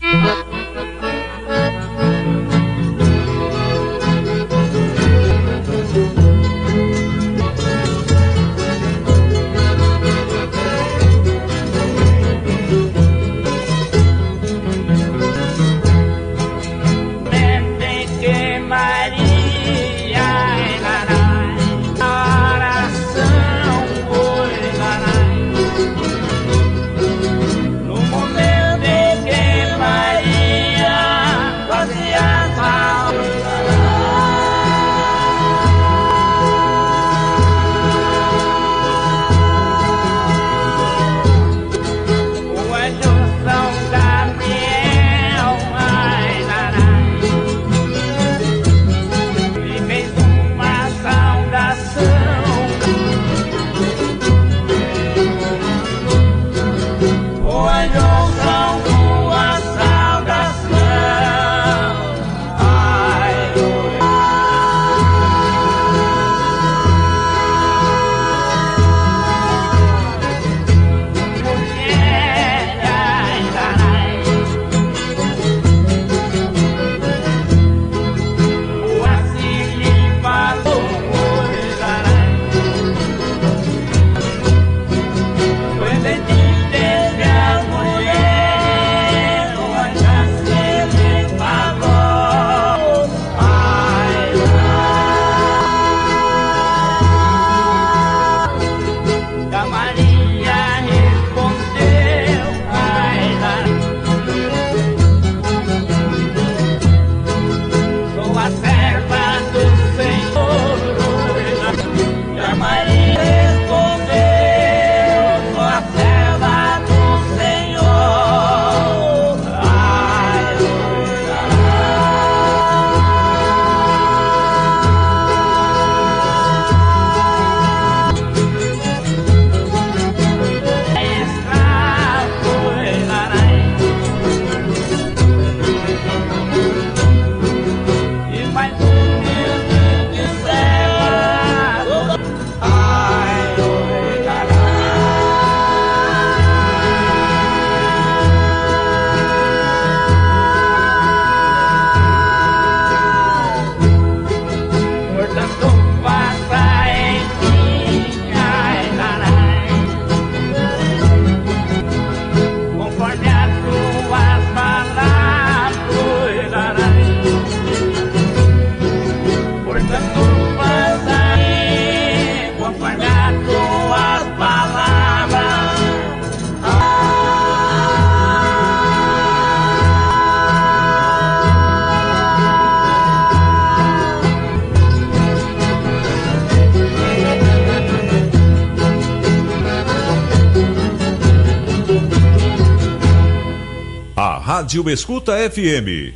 Rádio Escuta FM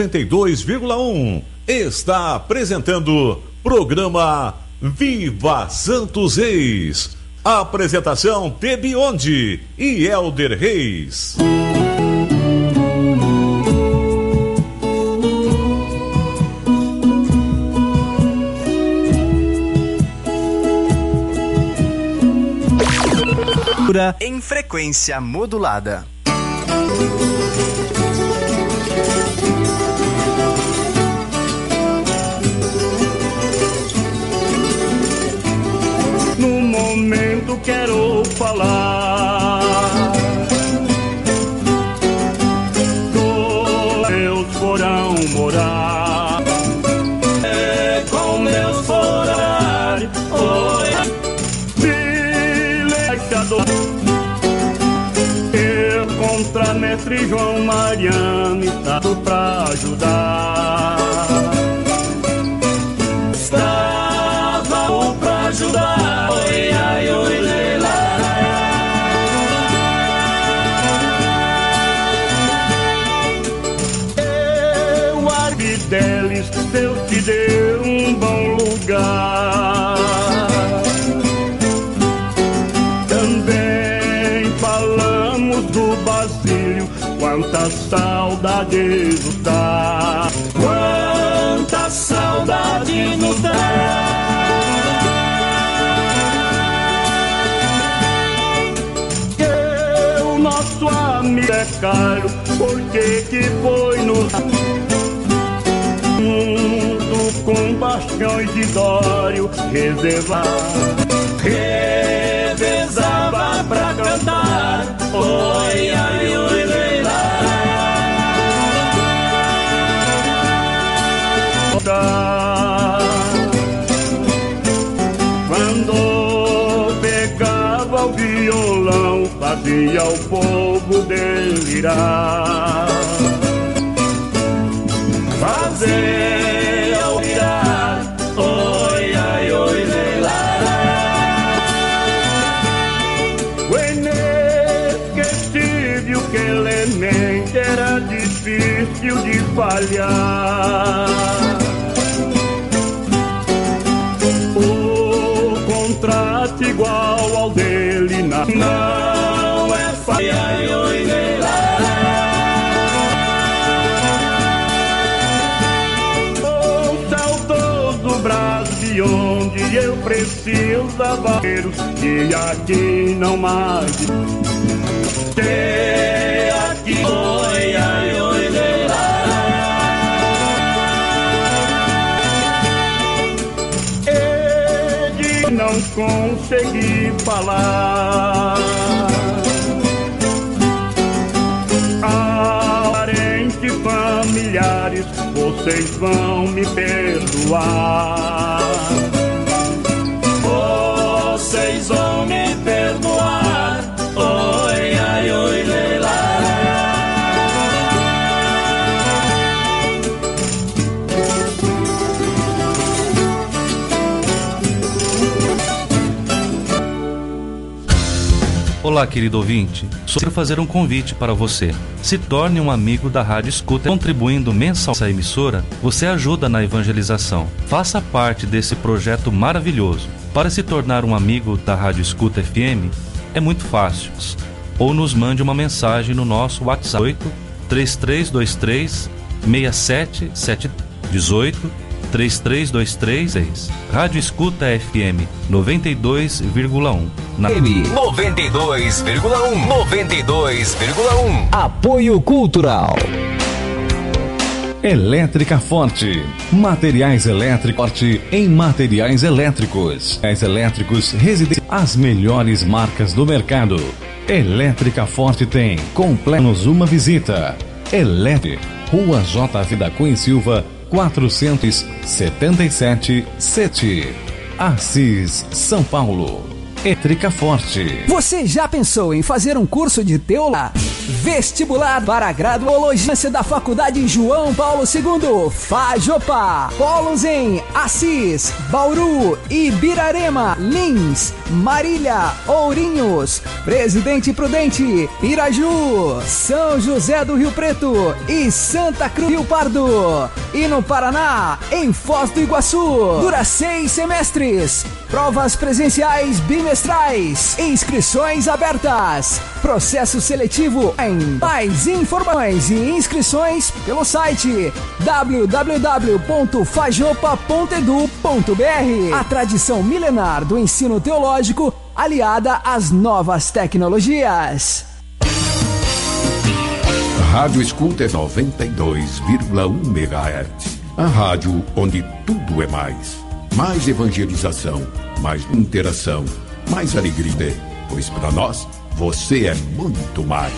92,1 está apresentando programa Viva Santos Reis. Apresentação Tebionde e Elder Reis. Em frequência modulada. No momento quero falar Deus forão morar com Deus forar oi, eu com contra mestre João Mariano, estado pra ajudar. Estava pra ajudar. Oi, ai, oi, leila. Eu, Arbidelis, Deus te deu um bom lugar. Também falamos do Basílio, quanta saudade nos dá. Quanta saudade nos dá. Eu, nosso amigo é caro, porque que foi no mundo com bastiões de Dório revezava pra cantar. Oi, ai, oi, leila. Quando pegava o violão, fazia o povo delirar. Fazia o virar. Oi, ai, oi, leila. O inesquecível que elemente era difícil de falhar. O contrato igual ao dele não é fácil. Ai, oi, leila. De onde eu precisava ver que aqui não mais. Que aqui, oi, ai, oi, leila. E não consegui falar. Parentes, familiares, vocês vão me perdoar. Vocês vão me perdoar. Oi, ai, oi, leila. Olá, querido ouvinte. Quero fazer um convite para você. Se torne um amigo da Rádio Escuta. Contribuindo mensalmente à emissora, você ajuda na evangelização. Faça parte desse projeto maravilhoso. Para se tornar um amigo da Rádio Escuta FM, é muito fácil. Ou nos mande uma mensagem no nosso WhatsApp 3323 67 18 3323. Rádio Escuta FM 92,1. Na M 92,1. 92,1. Apoio Cultural. Elétrica Forte. Materiais elétricos forte em materiais elétricos. Materiais elétricos residenciais. As melhores marcas do mercado. Elétrica Forte tem. Complete-nos uma visita. Elétrica. Rua J. da Cunha Silva, 477, 7. Assis, São Paulo. Elétrica Forte. Você já pensou em fazer um curso de teologia? Vestibular para graduologista da Faculdade João Paulo II, Fajopa. Polos em Assis, Bauru, Ibirarema, Lins, Marília, Ourinhos, Presidente Prudente, Piraju, São José do Rio Preto e Santa Cruz do Rio Pardo. E no Paraná, em Foz do Iguaçu. Dura 6 semestres. Provas presenciais bimestrais. Inscrições abertas. Processo seletivo em mais informações e inscrições pelo site www.fajopa.edu.br. A tradição milenar do ensino teológico aliada às novas tecnologias. Rádio Escuta 92,1 MHz. A rádio onde tudo é mais. Mais evangelização, mais interação, mais alegria. Pois para nós, você é muito mais.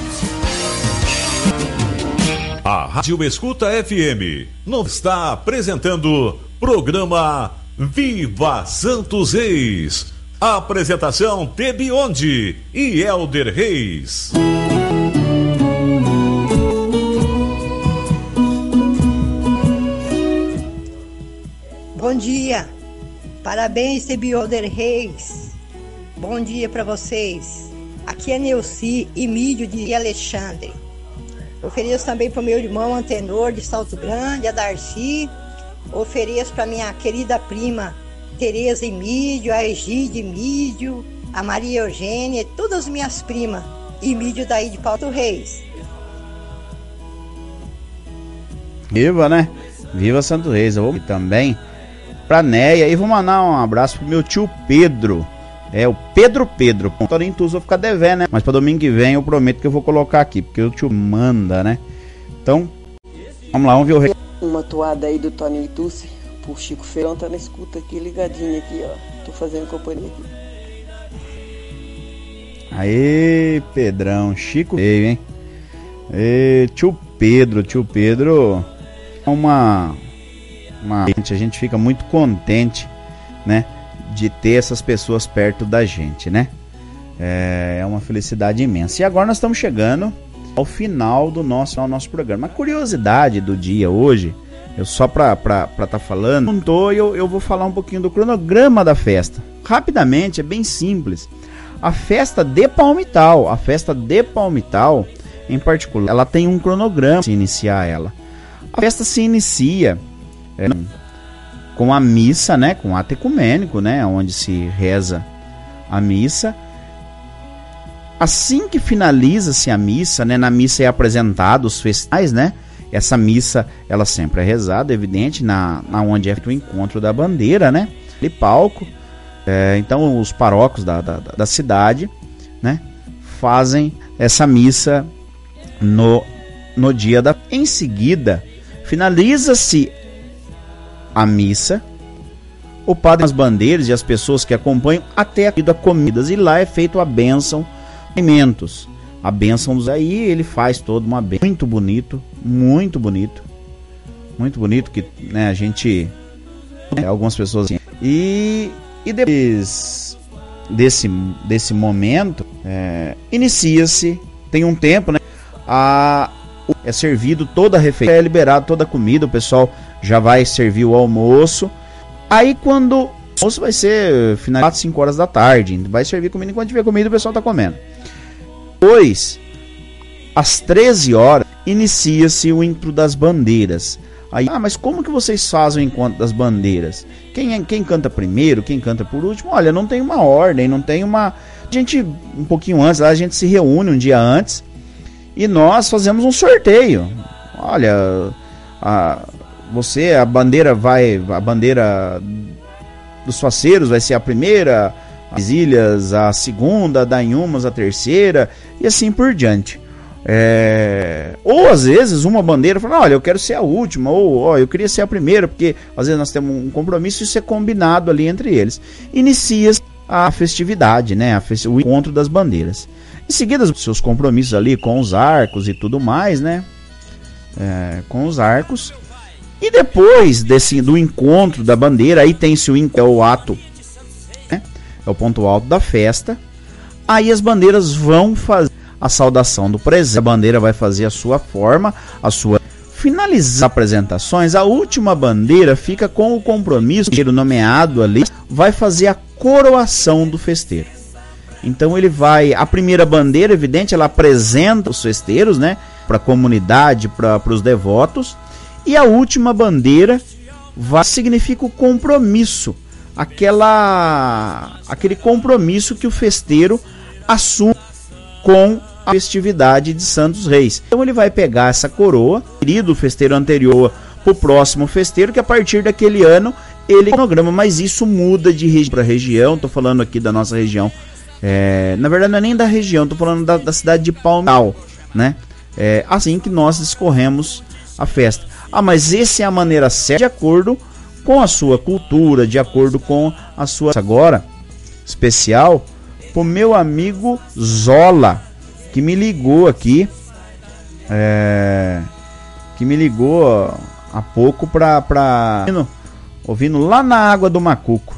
A Rádio Escuta FM não está apresentando programa Viva Santos Reis. Apresentação Tebionde e Elder Reis. Bom dia. Parabéns, Elder Reis. Bom dia para vocês. Aqui é Neuci e Mídio de Alexandre. Ofereço também para o meu irmão Antenor de Salto Grande, a Darcy. Ofereço para minha querida prima Tereza Emídio, a Egide Emídio, a Maria Eugênia, todas as minhas primas Emídio daí de Paulo Reis. Viva, né? Viva Santo Reis. Eu vou também pra Neia e vou mandar um abraço pro meu tio Pedro. É o Pedro. Em Tuz vou ficar devendo, né? Mas pra domingo que vem eu prometo que eu vou colocar aqui, porque o tio manda, né? Então, vamos lá, vamos ver o rei. Uma toada aí do Toninho Tucci, pro Chico Feirão, tá na escuta aqui, ligadinho aqui, ó. Tô fazendo companhia aqui. Aê, Pedrão, Chico veio, hein? Tio Pedro, a gente fica muito contente, né, de ter essas pessoas perto da gente, né? É uma felicidade imensa. E agora nós estamos chegando ao final do nosso programa. A curiosidade do dia hoje, eu só para tá falando, eu vou falar um pouquinho do cronograma da festa. Rapidamente, é bem simples. A festa de Palmital, em particular, ela tem um cronograma para iniciar ela. A festa se inicia com a missa, né, com o ato ecumênico, né, onde se reza a missa. Assim que finaliza-se a missa, né, na missa é apresentado os festais, né? Essa missa, ela sempre é rezada, evidente, na onde é feito o encontro da bandeira, né? De palco. Então os paróquios da cidade, né, fazem essa missa no dia da... Em seguida, finaliza-se a missa, o padre as bandeiras e as pessoas que acompanham até a comidas, e lá é feito a bênção, alimentos, a bênção dos... Aí ele faz toda uma bênção, muito bonito, que, né, a gente, algumas pessoas assim, e depois desse momento, inicia-se, tem um tempo, né, é servido toda a refeição, é liberado toda a comida, o pessoal já vai servir o almoço. Aí quando o almoço vai ser finalizado às 5 horas da tarde, vai servir comida, enquanto tiver comida o pessoal está comendo. Depois, às 13 horas, inicia-se o encontro das bandeiras. Aí, mas como que vocês fazem o encontro das bandeiras? Quem canta primeiro, quem canta por último? Olha, não tem uma ordem, não tem uma... A gente, um pouquinho antes, a gente se reúne um dia antes e nós fazemos um sorteio. Olha, a bandeira dos faceiros vai ser a primeira, as ilhas a segunda, da Inhumas a terceira, e assim por diante. Ou às vezes uma bandeira fala, olha, eu quero ser a última, ou eu queria ser a primeira, porque às vezes nós temos um compromisso e isso é combinado ali entre eles. Inicia-se a festividade, né, o encontro das bandeiras. Em seguida, os seus compromissos ali com os arcos e tudo mais, né, com os arcos. E depois do encontro da bandeira, aí tem-se o ato, né, é o ponto alto da festa. Aí as bandeiras vão fazer a saudação do presente, a bandeira vai fazer a sua forma, finalizar as apresentações. A última bandeira fica com o compromisso, o nomeado ali vai fazer a coroação do festeiro. Então a primeira bandeira, evidente, ela apresenta os festeiros, né, para a comunidade, para os devotos, e a última bandeira significa o compromisso, aquele compromisso que o festeiro assume com a festividade de Santos Reis. Então ele vai pegar essa coroa, do festeiro anterior para o próximo festeiro, que a partir daquele ano ele cronograma, mas isso muda de região para região. Estou falando aqui da nossa região, na verdade não é nem da região, estou falando da cidade de Palmital, né? Assim que nós discorremos a festa. Mas essa é a maneira certa, de acordo com a sua cultura, de acordo com a sua... Agora, especial pro meu amigo Zola, que me ligou aqui, há pouco ouvindo lá na Água do Macuco.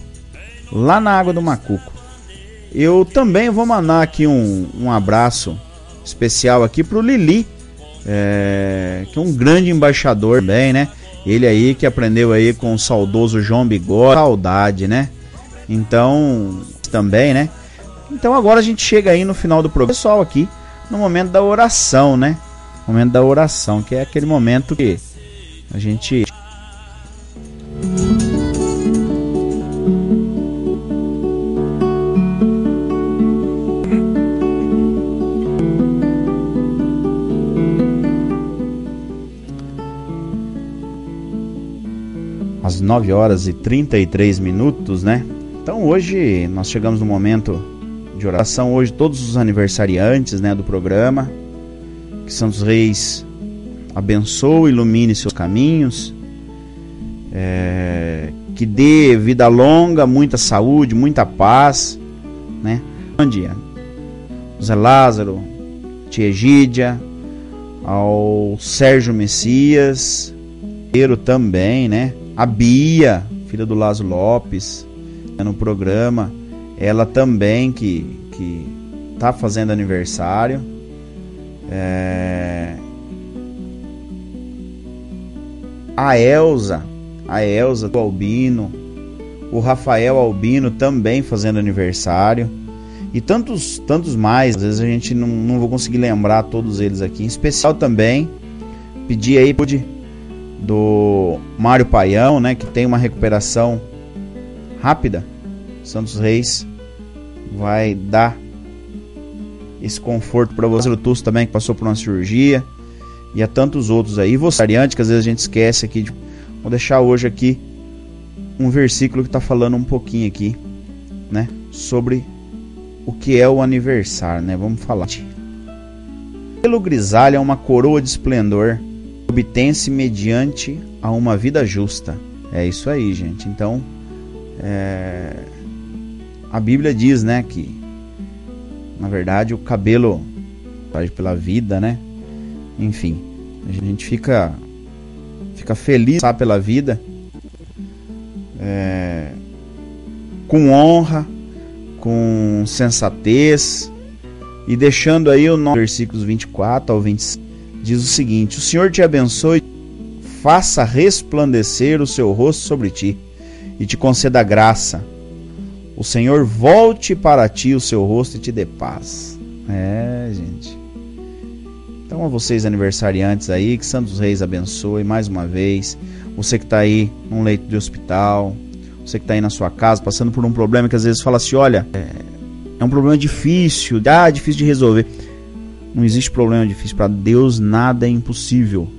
Eu também vou mandar aqui um abraço especial aqui pro Lili, que é um grande embaixador também, né? Ele aí que aprendeu aí com o saudoso João Bigode. Saudade, né? Então, também, né? Então agora a gente chega aí no final do programa, pessoal, aqui no momento da oração, né? Momento da oração, que é aquele momento que a gente... Às 9 horas e 33 minutos, né? Então hoje nós chegamos no momento de oração. Hoje todos os aniversariantes, né, do programa, que Santos Reis abençoe, ilumine seus caminhos, que dê vida longa, muita saúde, muita paz, né? Bom dia, Zé Lázaro, tia Egídia, ao Sérgio Messias, também, né? A Bia, filha do Lázaro Lopes, no programa, ela também que tá fazendo aniversário. A Elza do Albino, o Rafael Albino também fazendo aniversário, e tantos mais. Às vezes a gente não vou conseguir lembrar todos eles aqui. Em especial também pedir aí do Mário Paião, né, que tem uma recuperação rápida. Santos Reis vai dar esse conforto para você. O Tusso também, que passou por uma cirurgia, e a tantos outros aí. E você, variante, que às vezes a gente esquece aqui. Vou deixar hoje aqui um versículo que está falando um pouquinho aqui, né, sobre o que é o aniversário, né? Vamos falar. Pelo grisalho é uma coroa de esplendor, obtém-se mediante a uma vida justa. É isso aí, gente. Então, a Bíblia diz, né, que na verdade o cabelo faz pela vida, né? Enfim, a gente fica feliz pela vida, com honra, com sensatez, e deixando aí o nosso versículos 24 ao 25, diz o seguinte: o Senhor te abençoe, faça resplandecer o seu rosto sobre ti e te conceda graça. O Senhor volte para ti o seu rosto e te dê paz. Gente. Então, a vocês aniversariantes aí, que Santos Reis abençoe mais uma vez. Você que está aí num leito de hospital, você que está aí na sua casa passando por um problema que às vezes fala assim: olha, é um problema difícil, difícil de resolver. Não existe problema difícil. Para Deus nada é impossível.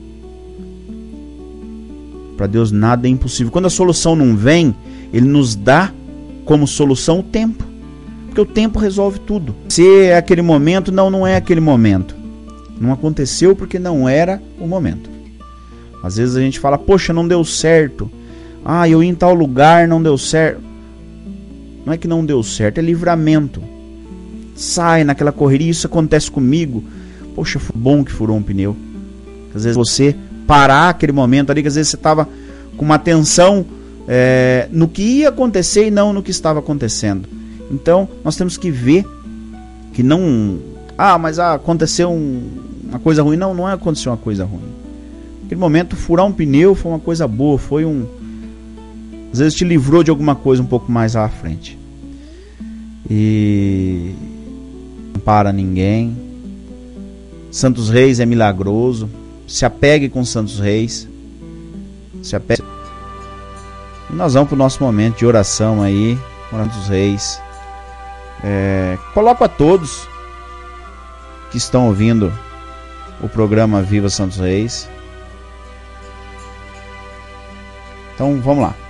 Para Deus nada é impossível. Quando a solução não vem, Ele nos dá como solução o tempo, porque o tempo resolve tudo. Se é aquele momento, não é aquele momento. Não aconteceu porque não era o momento. Às vezes a gente fala: poxa, não deu certo. Eu ia em tal lugar, não deu certo. Não é que não deu certo, é livramento. Sai naquela correria, isso acontece comigo. Poxa, foi bom que furou um pneu. Às vezes você parar aquele momento ali, que às vezes você estava com uma atenção no que ia acontecer e não no que estava acontecendo. Então nós temos que ver que não... mas aconteceu uma coisa ruim. Não aconteceu uma coisa ruim. Naquele momento, furar um pneu foi uma coisa boa. Às vezes te livrou de alguma coisa um pouco mais à frente. E não para ninguém. Santos Reis é milagroso. Se apegue com Santos Reis. Se apegue. E nós vamos para o nosso momento de oração aí, Santos Reis. Coloco a todos que estão ouvindo o programa Viva Santos Reis. Então vamos lá.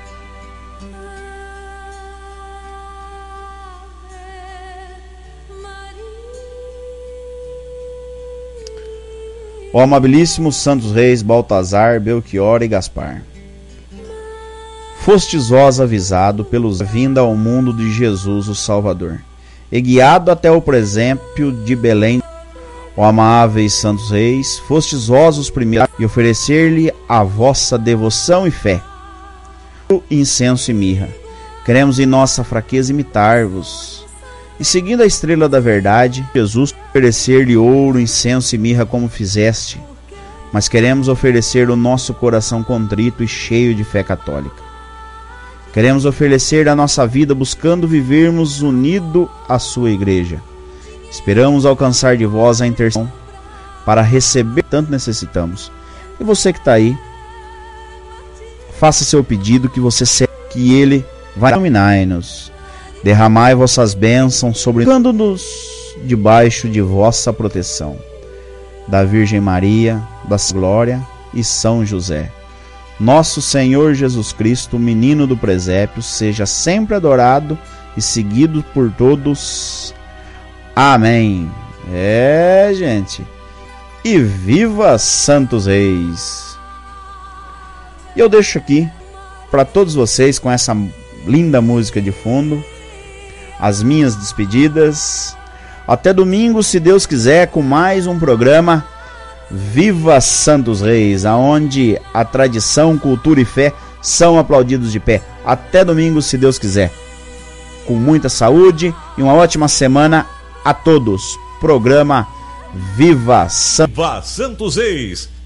Ó amabilíssimos Santos Reis, Baltazar, Belchior e Gaspar, fostes vós avisado pelos vinda ao mundo de Jesus o Salvador, e guiado até o presépio de Belém. Ó amáveis Santos Reis, fostes vós os primeiros e oferecer-lhe a vossa devoção e fé, incenso e mirra. Queremos em nossa fraqueza imitar-vos, e seguindo a estrela da verdade, Jesus, oferecer-lhe ouro, incenso e mirra como fizeste, mas queremos oferecer o nosso coração contrito e cheio de fé católica. Queremos oferecer a nossa vida buscando vivermos unido à sua igreja. Esperamos alcançar de vós a intercessão para receber tanto necessitamos. E você que está aí, faça seu pedido que você seja, que Ele vai iluminar-nos. Derramai vossas bênçãos sobre nós, debaixo de vossa proteção. Da Virgem Maria, da Glória e São José. Nosso Senhor Jesus Cristo, menino do presépio, seja sempre adorado e seguido por todos. Amém. Gente. E viva Santos Reis. E eu deixo aqui para todos vocês, com essa linda música de fundo, as minhas despedidas. Até domingo, se Deus quiser, com mais um programa Viva Santos Reis, aonde a tradição, cultura e fé são aplaudidos de pé. Até domingo, se Deus quiser. Com muita saúde e uma ótima semana a todos. Programa Viva Santos Reis.